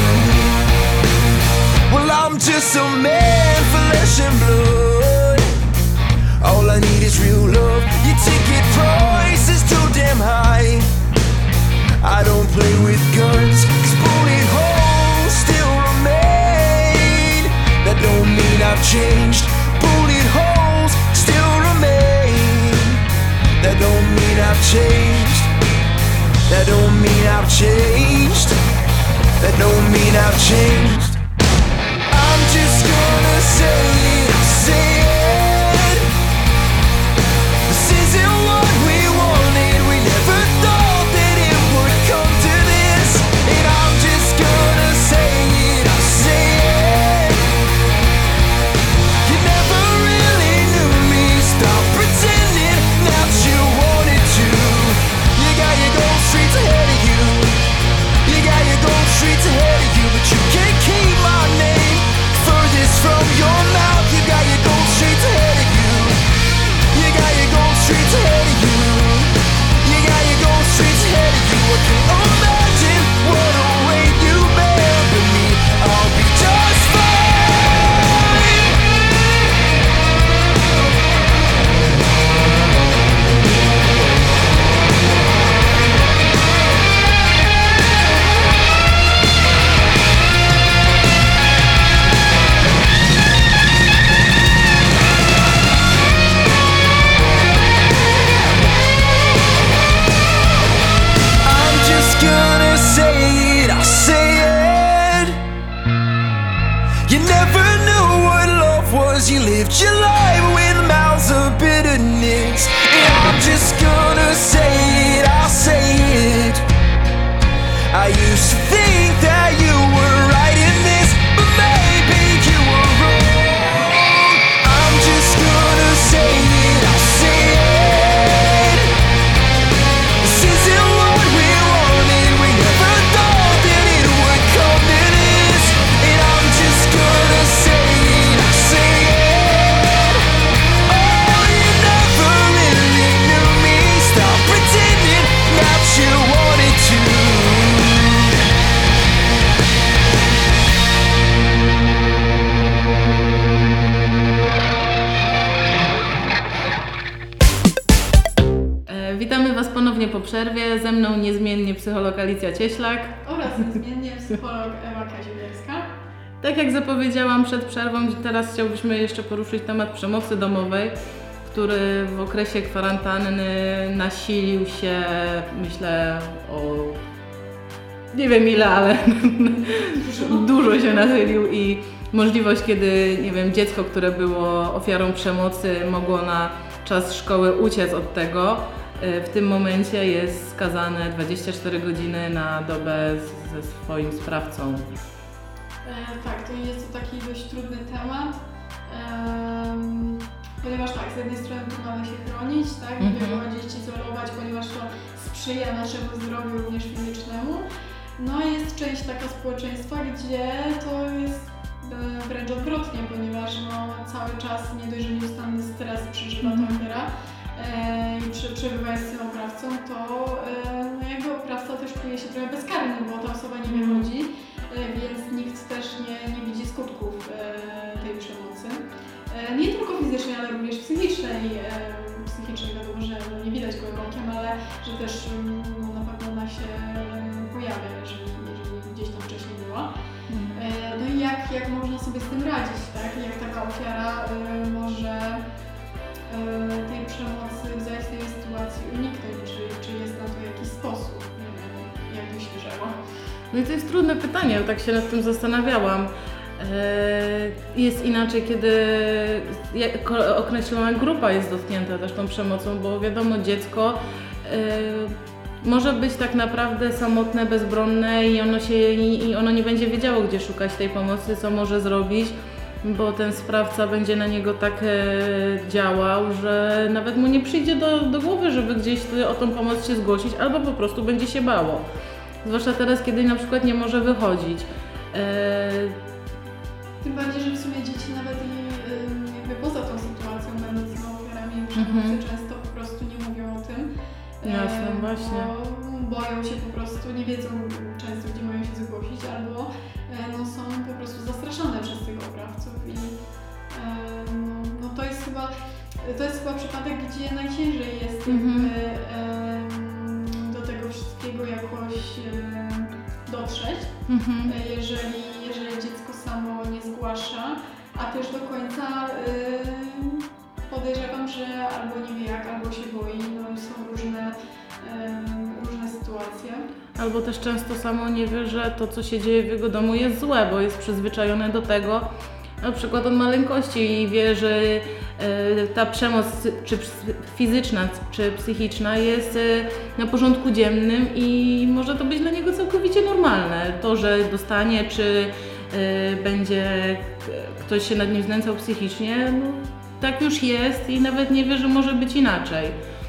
Well, I'm just a man, flesh and blood. All I need is real love. Your ticket price is too damn high. I don't play with guns, 'cause bullet holes still remain. That don't mean I've changed. Bullet holes still remain. That don't mean I've changed. That don't mean I've changed. That don't mean I've changed. I'm just gonna say it, I'll say it. This isn't what we wanted. We never thought that it would come to this. And I'm just gonna say it, I'll say it. You never really knew me. Stop pretending that you wanted to. You got your gold streets ahead of you. your life with mouths of bitterness. And I'm just gonna say it, I'll say it. I used to think that you were right in this, but maybe you were wrong. I'm just gonna say it, I'll say it. This isn't what we wanted, we never thought that it would come to this. And I'm just gonna say it, I'll say it. Oh, you never really knew me, stop pretending that you wanted to. E, Witamy Was ponownie po przerwie. Ze mną niezmiennie psycholog Alicja Cieślak. Oraz niezmiennie psycholog Ewa Kazimierska. Tak jak zapowiedziałam przed przerwą, teraz chciałbyśmy jeszcze poruszyć temat przemocy domowej, który w okresie kwarantanny nasilił się, myślę, o nie wiem ile, ale dużo się nasilił i możliwość, kiedy, nie wiem, dziecko, które było ofiarą przemocy, mogło na czas szkoły uciec od tego, w tym momencie jest skazane dwadzieścia cztery godziny na dobę z- ze swoim sprawcą. E, tak, to jest to taki dość trudny temat, em, ponieważ tak, z jednej strony tu mamy się chronić, tak, nie Mhm. wychodzić, izolować, ponieważ to sprzyja naszemu zdrowiu również fizycznemu. No i jest część taka społeczeństwa, gdzie to jest e, wręcz odwrotnie, ponieważ no, cały czas nie dość, że nieustanny stres przeżywa ta ofiara e, i przy, przebywając z tym oprawcą, to e, no, jakby oprawca też czuje się trochę bezkarny, bo ta osoba nie wychodzi. E, więc nikt też nie, nie widzi skutków e, tej przemocy. E, nie tylko fizycznej, ale również psychicznej. E, psychicznej wiadomo, że no, nie widać gołym okiem, ale że też mm, no, na pewno ona się e, pojawia, jeżeli, jeżeli gdzieś tam wcześniej była. E, no i jak, jak można sobie z tym radzić, tak? Jak taka ofiara e, może e, tej przemocy w zaistniałej sytuacji uniknąć, czy, czy jest na to jakiś sposób? Nie wiem, jak myślisz, Ewa? No i to jest trudne pytanie, tak się nad tym zastanawiałam. Eee, Jest inaczej, kiedy jak- ko- określona grupa jest dotknięta też tą przemocą, bo wiadomo, dziecko eee, może być tak naprawdę samotne, bezbronne i ono, się, i ono nie będzie wiedziało, gdzie szukać tej pomocy, co może zrobić, bo ten sprawca będzie na niego tak e, działał, że nawet mu nie przyjdzie do, do głowy, żeby gdzieś o tą pomoc się zgłosić, albo po prostu będzie się bało. Zwłaszcza teraz, kiedy na przykład nie może wychodzić. Eee, Tym bardziej, że w sumie dzieci nawet i ym, jakby poza tą sytuacją, będąc no, ofiarami przemocy, Mhm. często po prostu nie mówią o tym. Jasne, e, właśnie. Bo boją się po prostu, nie wiedzą często, gdzie mają się zgłosić, albo e, no, są po prostu zastraszane przez tych oprawców. I e, no, no to jest chyba to jest chyba przypadek, gdzie najciężej jest Mhm. jakby, em, do tego wszystkiego jakoś em, dotrzeć. mhm. Jeżeli, jeżeli dziecko samo nie zgłasza, a też do końca yy, podejrzewam, że albo nie wie jak, albo się boi, no są różne, yy, różne sytuacje. Albo też często samo nie wie, że to, co się dzieje w jego domu jest złe, bo jest przyzwyczajony do tego, na przykład od maleńkości i wie, że e, ta przemoc czy ps- fizyczna, czy psychiczna jest e, na porządku dziennym i może to być dla niego całkowicie normalne. To, że dostanie, czy e, będzie k- ktoś się nad nim znęcał psychicznie, no, tak już jest i nawet nie wie, że może być inaczej.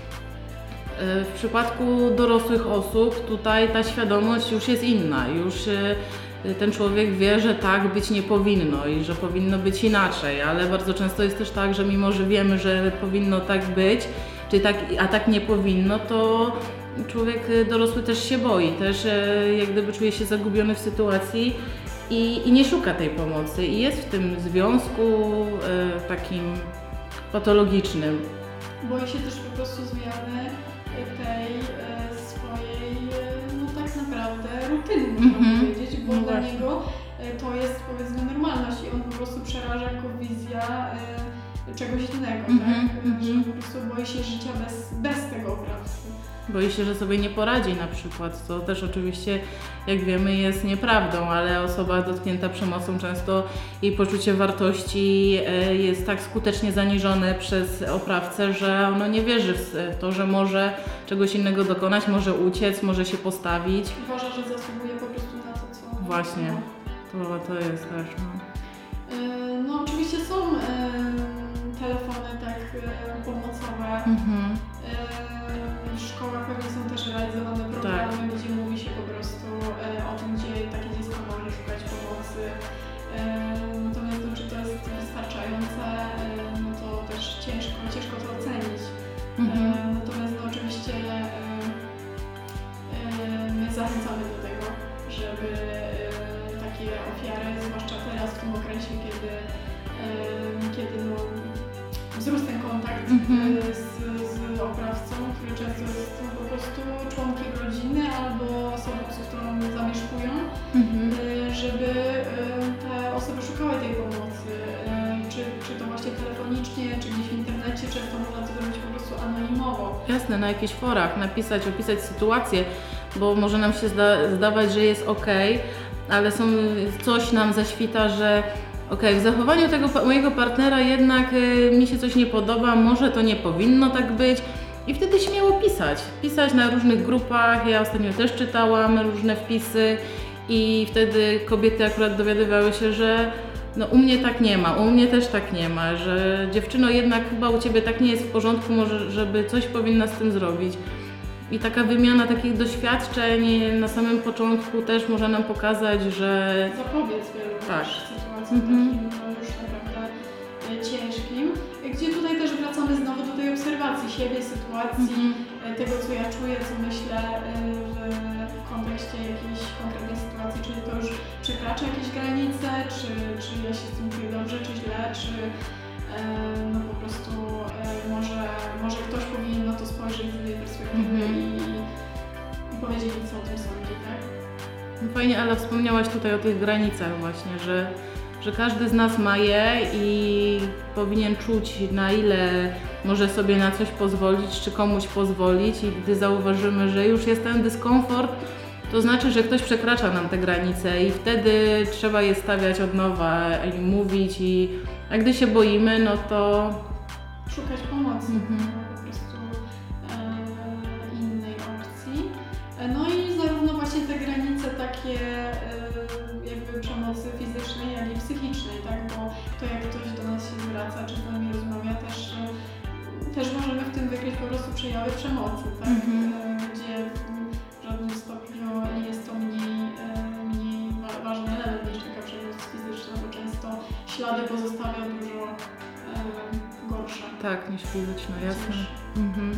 W przypadku dorosłych osób tutaj ta świadomość już jest inna, już e, ten człowiek wie, że tak być nie powinno i że powinno być inaczej, ale bardzo często jest też tak, że mimo, że wiemy, że powinno tak być, czy tak, a tak nie powinno, to człowiek dorosły też się boi, też e, jak gdyby czuje się zagubiony w sytuacji i, i nie szuka tej pomocy i jest w tym związku e, takim patologicznym. Boi się też po prostu zmiany tej e, swojej, e, no tak naprawdę rutyny, można Mhm. powiedzieć, bo No dla właśnie. niego e, to jest powiedzmy normalność i on po prostu przeraża jako wizja e, czegoś innego, Mhm, tak? mhm. Że po prostu boi się życia bez, bez tego oprawcy. Boi się, że sobie nie poradzi na przykład, co też oczywiście, jak wiemy, jest nieprawdą, ale osoba dotknięta przemocą często jej poczucie wartości e, jest tak skutecznie zaniżone przez oprawcę, że ono nie wierzy w to, że może czegoś innego dokonać, może uciec, może się postawić. Uważa, że zasługuje po prostu na to, co... Właśnie, to, to jest też, no. Yy, No oczywiście są yy, telefony tak yy, pomocowe. Mhm. Yy, W szkołach pewnie są też realizowane programy, Tak. gdzie mówi się po prostu yy, o tym, gdzie takie dziecko może szukać pomocy. Yy, Natomiast no, czy to jest wystarczające, yy, no to też ciężko, ciężko to ocenić. Mhm. Yy, Natomiast no, oczywiście yy, yy, my zachęcamy do tego, żeby yy, takie ofiary, zwłaszcza teraz w tym okresie, kiedy, yy, kiedy no, wzrósł ten kontakt Mhm. yy, z, z oprawcą, który często jest no, po prostu członkiem rodziny albo osobą, z którą zamieszkują, Mhm. yy, żeby yy, te osoby szukały tej pomocy, yy, czy, czy to właśnie telefonicznie, czy gdzieś w internecie, często można to zrobić po prostu anonimowo. Jasne, na jakichś forach napisać, opisać sytuację, bo może nam się zda, zdawać, że jest ok, ale są, coś nam zaświta, że okej, w zachowaniu tego pa- mojego partnera jednak y, mi się coś nie podoba, może to nie powinno tak być. I wtedy śmiało pisać. Pisać na różnych grupach, ja ostatnio też czytałam różne wpisy i wtedy kobiety akurat dowiadywały się, że no u mnie tak nie ma, u mnie też tak nie ma, że dziewczyno jednak chyba u Ciebie tak nie jest w porządku, może żeby coś powinna z tym zrobić. I taka wymiana takich doświadczeń na samym początku też może nam pokazać, że Zapobiec wielu Tak. też sytuacjom Mhm. takim no, już naprawdę e, ciężkim, gdzie tutaj też wracamy znowu do tej obserwacji siebie, sytuacji, Mhm. e, tego co ja czuję, co myślę e, w kontekście jakiejś konkretnej sytuacji, czy to już przekracza jakieś granice, czy, czy ja się z tym czuję dobrze, czy źle, czy e, no po prostu e, może, może ktoś powinien na to spojrzeć z innej perspektywy Mhm. i, i powiedzieć mi, co o tym sądzi, tak? fajnie, Ala, wspomniałaś tutaj o tych granicach właśnie, że, że każdy z nas ma je i powinien czuć, na ile może sobie na coś pozwolić, czy komuś pozwolić, i gdy zauważymy, że już jest ten dyskomfort, to znaczy, że ktoś przekracza nam te granice i wtedy trzeba je stawiać od nowa i mówić, i a gdy się boimy, no to Szukać pomocy, Mhm. no, po prostu e, innej opcji. E, No i zarówno właśnie te granice takie e, jakby przemocy fizycznej, jak i psychicznej, tak? Bo to jak ktoś do nas się zwraca, czy z nami rozmawia, też, e, też możemy w tym wykryć po prostu przejawy przemocy, tak? Mhm. E, Gdzie w żadnym stopniu nie jest to mniej, e, mniej wa- ważny element niż taka przemoc fizyczna, bo często ślady pozostawia dużo e, gorsze. tak, niż fizyczna, jasne. Cięższe. Mhm.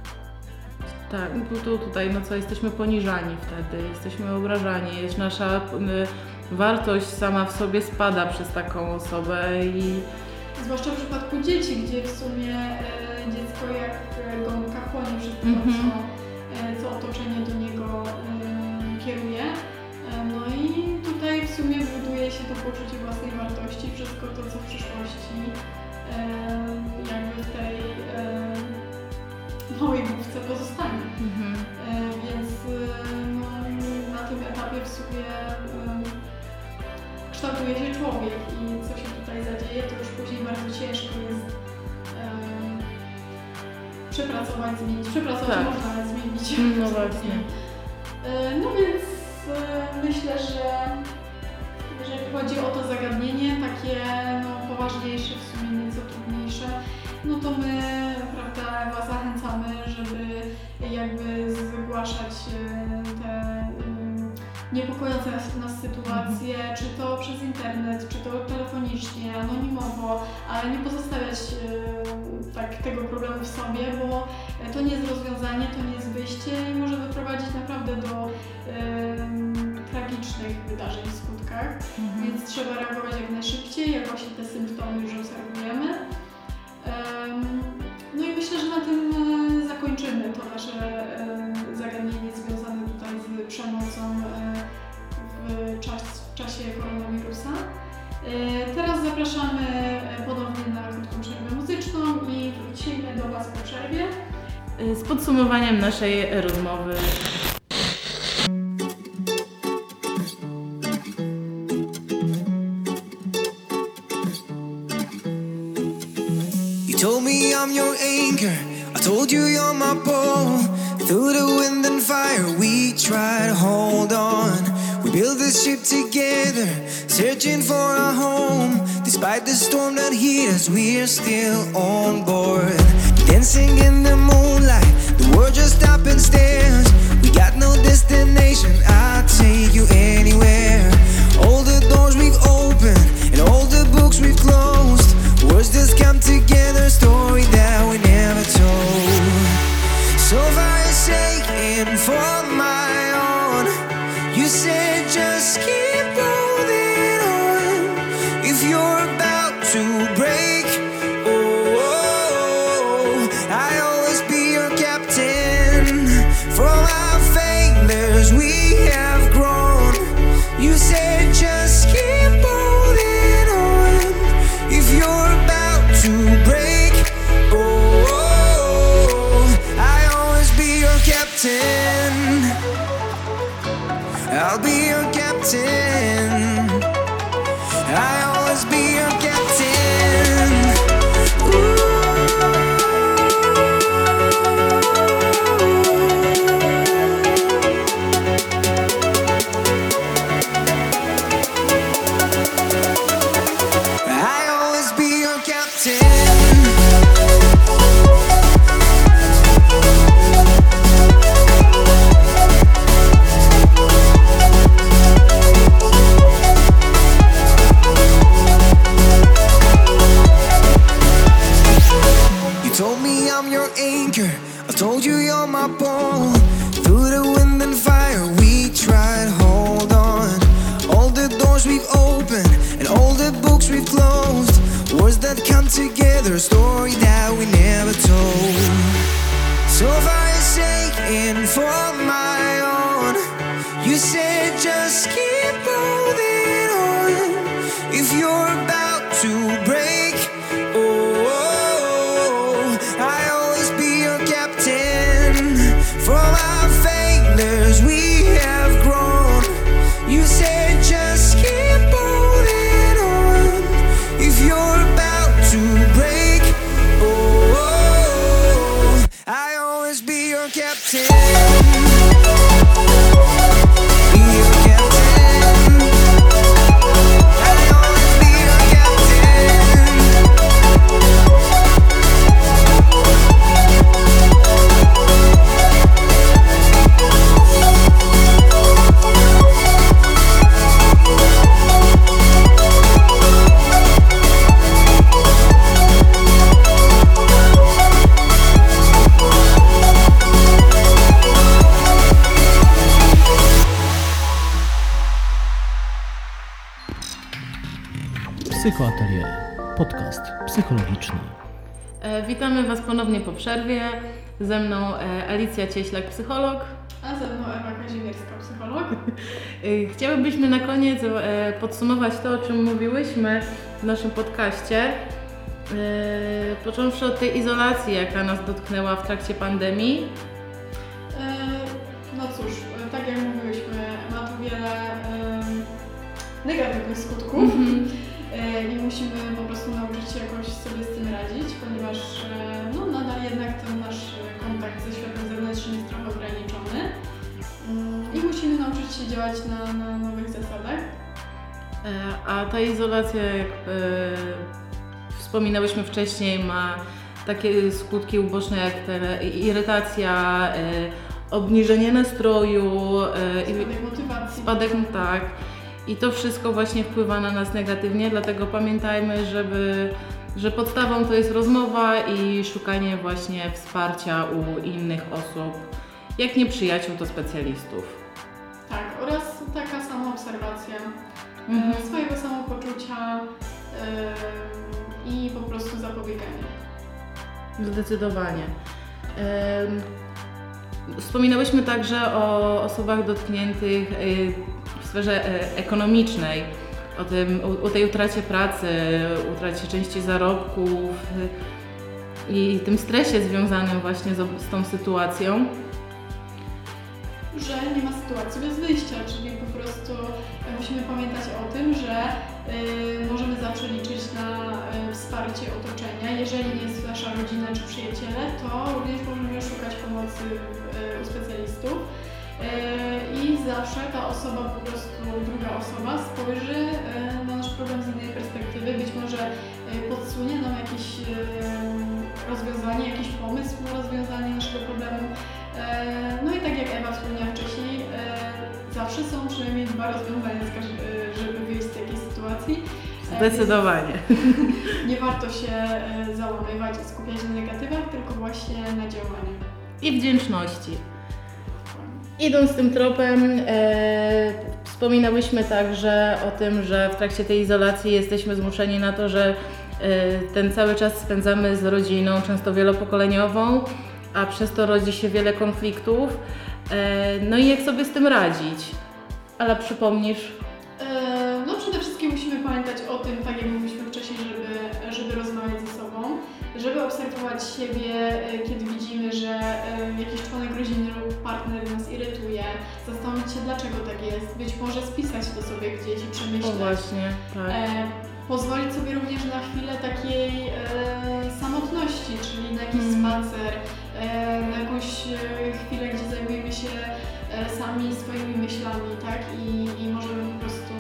Tak, tu, tu, tutaj, no co, jesteśmy poniżani wtedy, jesteśmy obrażani, jest nasza y, wartość sama w sobie spada przez taką osobę i Zwłaszcza w przypadku dzieci, gdzie w sumie e, dziecko jak e, gąbka chłonie wszystko, Mhm. co, e, co otoczenie do niego e, kieruje. E, no i tutaj w sumie buduje się to poczucie własnej wartości, wszystko to, co w przyszłości e, jakby w tej e, małej główce pozostanie. mhm. E, Więc e, no, na tym etapie w sumie e, kształtuje się człowiek i co się tutaj zadzieje, to już później bardzo ciężko jest e, przepracować, zmienić. Przepracować Tak. można, ale zmienić. No absolutnie. właśnie. E, No więc e, myślę, że jeżeli chodzi o to zagadnienie, takie no, poważniejsze, w sumie nieco trudniejsze, no to my, prawda, Was zachęcamy, żeby jakby zgłaszać e, te mm, niepokojące nas, nas sytuacje, czy to przez internet, czy to telefonicznie, anonimowo, ale nie pozostawiać e, tak tego problemu w sobie, bo to nie jest rozwiązanie, to nie jest wyjście i może doprowadzić naprawdę do e, tragicznych wydarzeń w skutkach, Mhm. więc trzeba reagować jak najszybciej, jak właśnie te symptomy już obserwujemy. Em, No i myślę, że na tym e, zakończymy to nasze e, zagadnienie związane tutaj z przemocą e, w, czas, w czasie koronawirusa. E, Teraz zapraszamy e, ponownie na krótką przerwę z podsumowaniem naszej rozmowy. You told me I'm your anchor, I told you you're my pole. Through the wind and fire we try to hold on. We built this ship together, searching for a home. Despite the storm that hit us, we're still on board. Dancing in the moonlight, the world just stopped and stares. We got no destination, I'll take you anywhere. All the doors we've opened and all the books we've closed. Words just come together, story that we never told. So far forsaken for my own. You said just keep holding on. If you're about to break, oh, oh, I'll always be your captain. From our failures we have grown. You said just keep holding on. If you're about to break, oh, oh, I'll always be your captain. I'll be your captain. I'll always be your captain. Ooh. I'll always be your captain. Told me I'm your anchor, I told you you're my pole. Through the wind and fire we tried to hold on. All the doors we've opened and all the books we've closed. Words that come together, a story that we never told. So far forsaken for my own. You said just keep holding on. If you're about to break, oh, I'll always be your captain. From our failures we have grown. You said just keep holding on. If you're about to break, oh, I'll always be your captain. Be your captain. I'll always be your captain. Psychoatelier. Podcast psychologiczny. E, witamy Was ponownie po przerwie. Ze mną e, Alicja Cieślak, psycholog. A ze mną Ewa Kazimierska, psycholog. E, chciałybyśmy na koniec e, podsumować to, o czym mówiłyśmy w naszym podcaście. E, począwszy od tej izolacji, jaka nas dotknęła w trakcie pandemii. E, no cóż, e, tak jak mówiłyśmy, ma to wiele e, negatywnych skutków. Mm-hmm. I musimy po prostu nauczyć się jakoś sobie z tym radzić, ponieważ no, nadal jednak ten nasz kontakt ze światem zewnętrznym jest trochę ograniczony i musimy nauczyć się działać na, na nowych zasadach. A ta izolacja, jak e, wspominałyśmy wcześniej, ma takie skutki uboczne jak te, irytacja, e, obniżenie nastroju, e, spadek motywacji. Spadek, tak. I to wszystko właśnie wpływa na nas negatywnie, dlatego pamiętajmy, żeby, że podstawą to jest rozmowa i szukanie właśnie wsparcia u innych osób. Jak nie przyjaciół, to specjalistów. Tak, oraz taka samoobserwacja Mhm. e, swojego samopoczucia e, i po prostu zapobieganie. Zdecydowanie. Em, Wspominałyśmy także o osobach dotkniętych y, w sferze y, ekonomicznej, o, tym, o, o tej utracie pracy, utracie części zarobków. i tym stresie związanym właśnie z, z tą sytuacją. Że nie ma sytuacji bez wyjścia, czyli po prostu musimy pamiętać o tym, że y, możemy zawsze liczyć na y, wsparcie otoczenia. Jeżeli nie jest nasza rodzina czy przyjaciele, to również możemy szukać pomocy y, u specjalistów. I zawsze ta osoba, po prostu druga osoba spojrzy na nasz problem z innej perspektywy, być może podsunie nam jakieś rozwiązanie, jakiś pomysł na rozwiązanie naszego problemu. No i tak jak Ewa wspomniała wcześniej, zawsze są przynajmniej dwa rozwiązania, żeby wyjść z takiej sytuacji. Zdecydowanie. Nie warto się załamywać i skupiać na negatywach, tylko właśnie na działaniu. I wdzięczności. Idąc tym tropem, e, wspominałyśmy także o tym, że w trakcie tej izolacji jesteśmy zmuszeni na to, że e, ten cały czas spędzamy z rodziną, często wielopokoleniową, a przez to rodzi się wiele konfliktów. E, no i jak sobie z tym radzić? Ala, przypomnisz? E, no przede wszystkim musimy pamiętać o tym, tak jak mówiliśmy wcześniej, żeby, żeby rozmawiać ze sobą, żeby obserwować siebie, kiedy widzimy, że jakiś członek rodziny lub partner nas irytuje, zastanowić się, dlaczego tak jest, być może spisać to sobie gdzieś i przemyśleć. O właśnie, tak. E, pozwolić sobie również na chwilę takiej e, samotności, czyli na jakiś mm. spacer, e, na jakąś chwilę, gdzie zajmujemy się e, sami swoimi myślami, tak? I, i możemy po prostu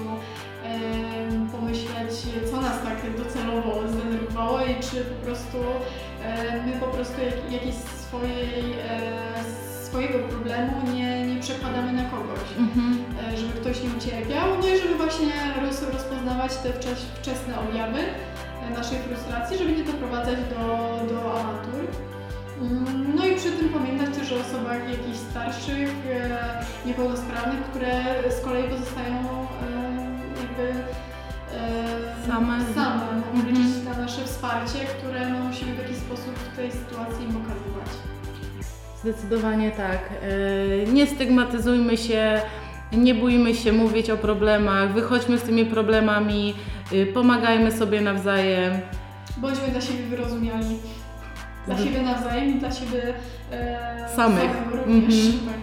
pomyśleć, co nas tak docelowo zdenerwowało i czy po prostu e, my po prostu jak, jakieś swojej, e, swojego problemu nie, nie przekładamy na kogoś, mm-hmm. e, żeby ktoś nie ucierpiał, no i żeby właśnie roz, rozpoznawać te wczes, wczesne objawy e, naszej frustracji, żeby nie doprowadzać do, do awantur. Mm, no i przy tym pamiętać też o osobach jakichś starszych, e, niepełnosprawnych, które z kolei pozostają e, jakby e, same, same mogą mm-hmm. liczyć na nasze wsparcie, które no, musimy w jakiś sposób w tej sytuacji im okazywać. Zdecydowanie tak. E, nie stygmatyzujmy się, nie bójmy się mówić o problemach, wychodźmy z tymi problemami, e, pomagajmy sobie nawzajem. Bądźmy dla siebie wyrozumiali. Dla Z... siebie nawzajem i dla siebie e, samych również. Mm-hmm. Tak.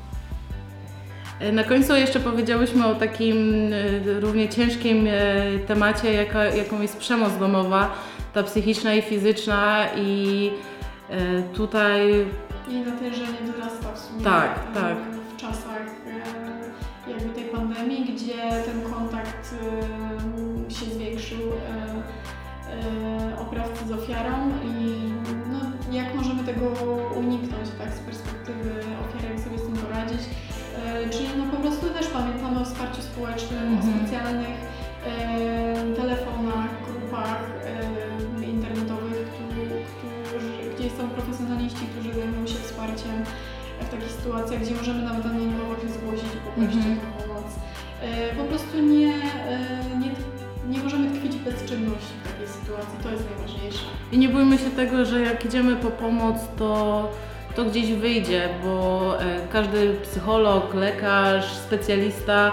Na końcu jeszcze powiedziałyśmy o takim równie ciężkim temacie, jaka, jaką jest przemoc domowa, ta psychiczna i fizyczna i tutaj... I natężenie dorasta w sumie tak, tak. w czasach jakby tej pandemii, gdzie ten kontakt się zwiększył oprawcy z ofiarą i no, jak możemy tego uniknąć tak, z perspektywy ofiary, jak sobie z tym poradzić. Czyli no po prostu też pamiętamy o wsparciu społecznym, mm-hmm. o specjalnych e, telefonach, grupach e, internetowych, którzy, gdzie są profesjonaliści, którzy zajmują się wsparciem w takich sytuacjach, gdzie możemy nawet anonimowo się zgłosić i poprosić mm-hmm. o pomoc. E, po prostu nie, e, nie, nie możemy tkwić w bezczynności w takiej sytuacji, to jest najważniejsze. I nie bójmy się tego, że jak idziemy po pomoc, to to gdzieś wyjdzie, bo e, każdy psycholog, lekarz, specjalista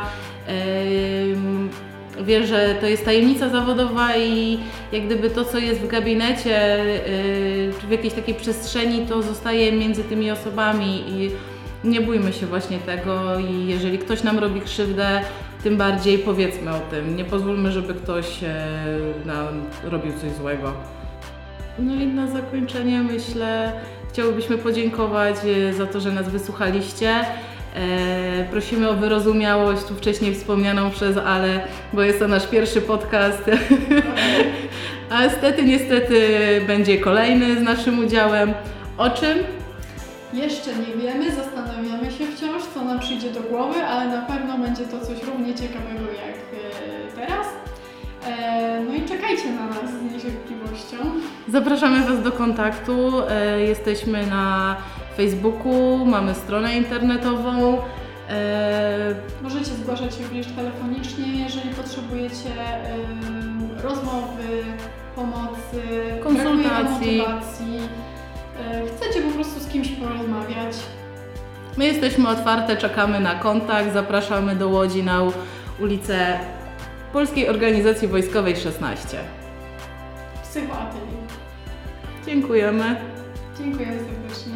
e, wie, że to jest tajemnica zawodowa i jak gdyby to, co jest w gabinecie, e, czy w jakiejś takiej przestrzeni, to zostaje między tymi osobami i nie bójmy się właśnie tego i jeżeli ktoś nam robi krzywdę, tym bardziej powiedzmy o tym, nie pozwólmy, żeby ktoś e, nam robił coś złego. No i na zakończenie myślę, chciałybyśmy podziękować za to, że nas wysłuchaliście. E, prosimy o wyrozumiałość, tu wcześniej wspomnianą przez Ale, bo jest to nasz pierwszy podcast. A niestety, niestety będzie kolejny z naszym udziałem. O czym? Jeszcze nie wiemy, zastanawiamy się wciąż, co nam przyjdzie do głowy, ale na pewno będzie to coś równie ciekawego jak teraz. No i czekajcie na nas z niecierpliwością. Zapraszamy Was do kontaktu. Jesteśmy na Facebooku, mamy stronę internetową. Możecie zgłaszać się również telefonicznie, jeżeli potrzebujecie rozmowy, pomocy, konsultacji. motywacji. Chcecie po prostu z kimś porozmawiać. My jesteśmy otwarte, czekamy na kontakt. Zapraszamy do Łodzi na ulicę Polskiej Organizacji Wojskowej szesnaście. Psychoatelier. Dziękujemy. Dziękuję serdecznie.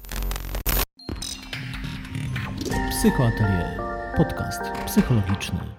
Psychoatelier. Podcast psychologiczny.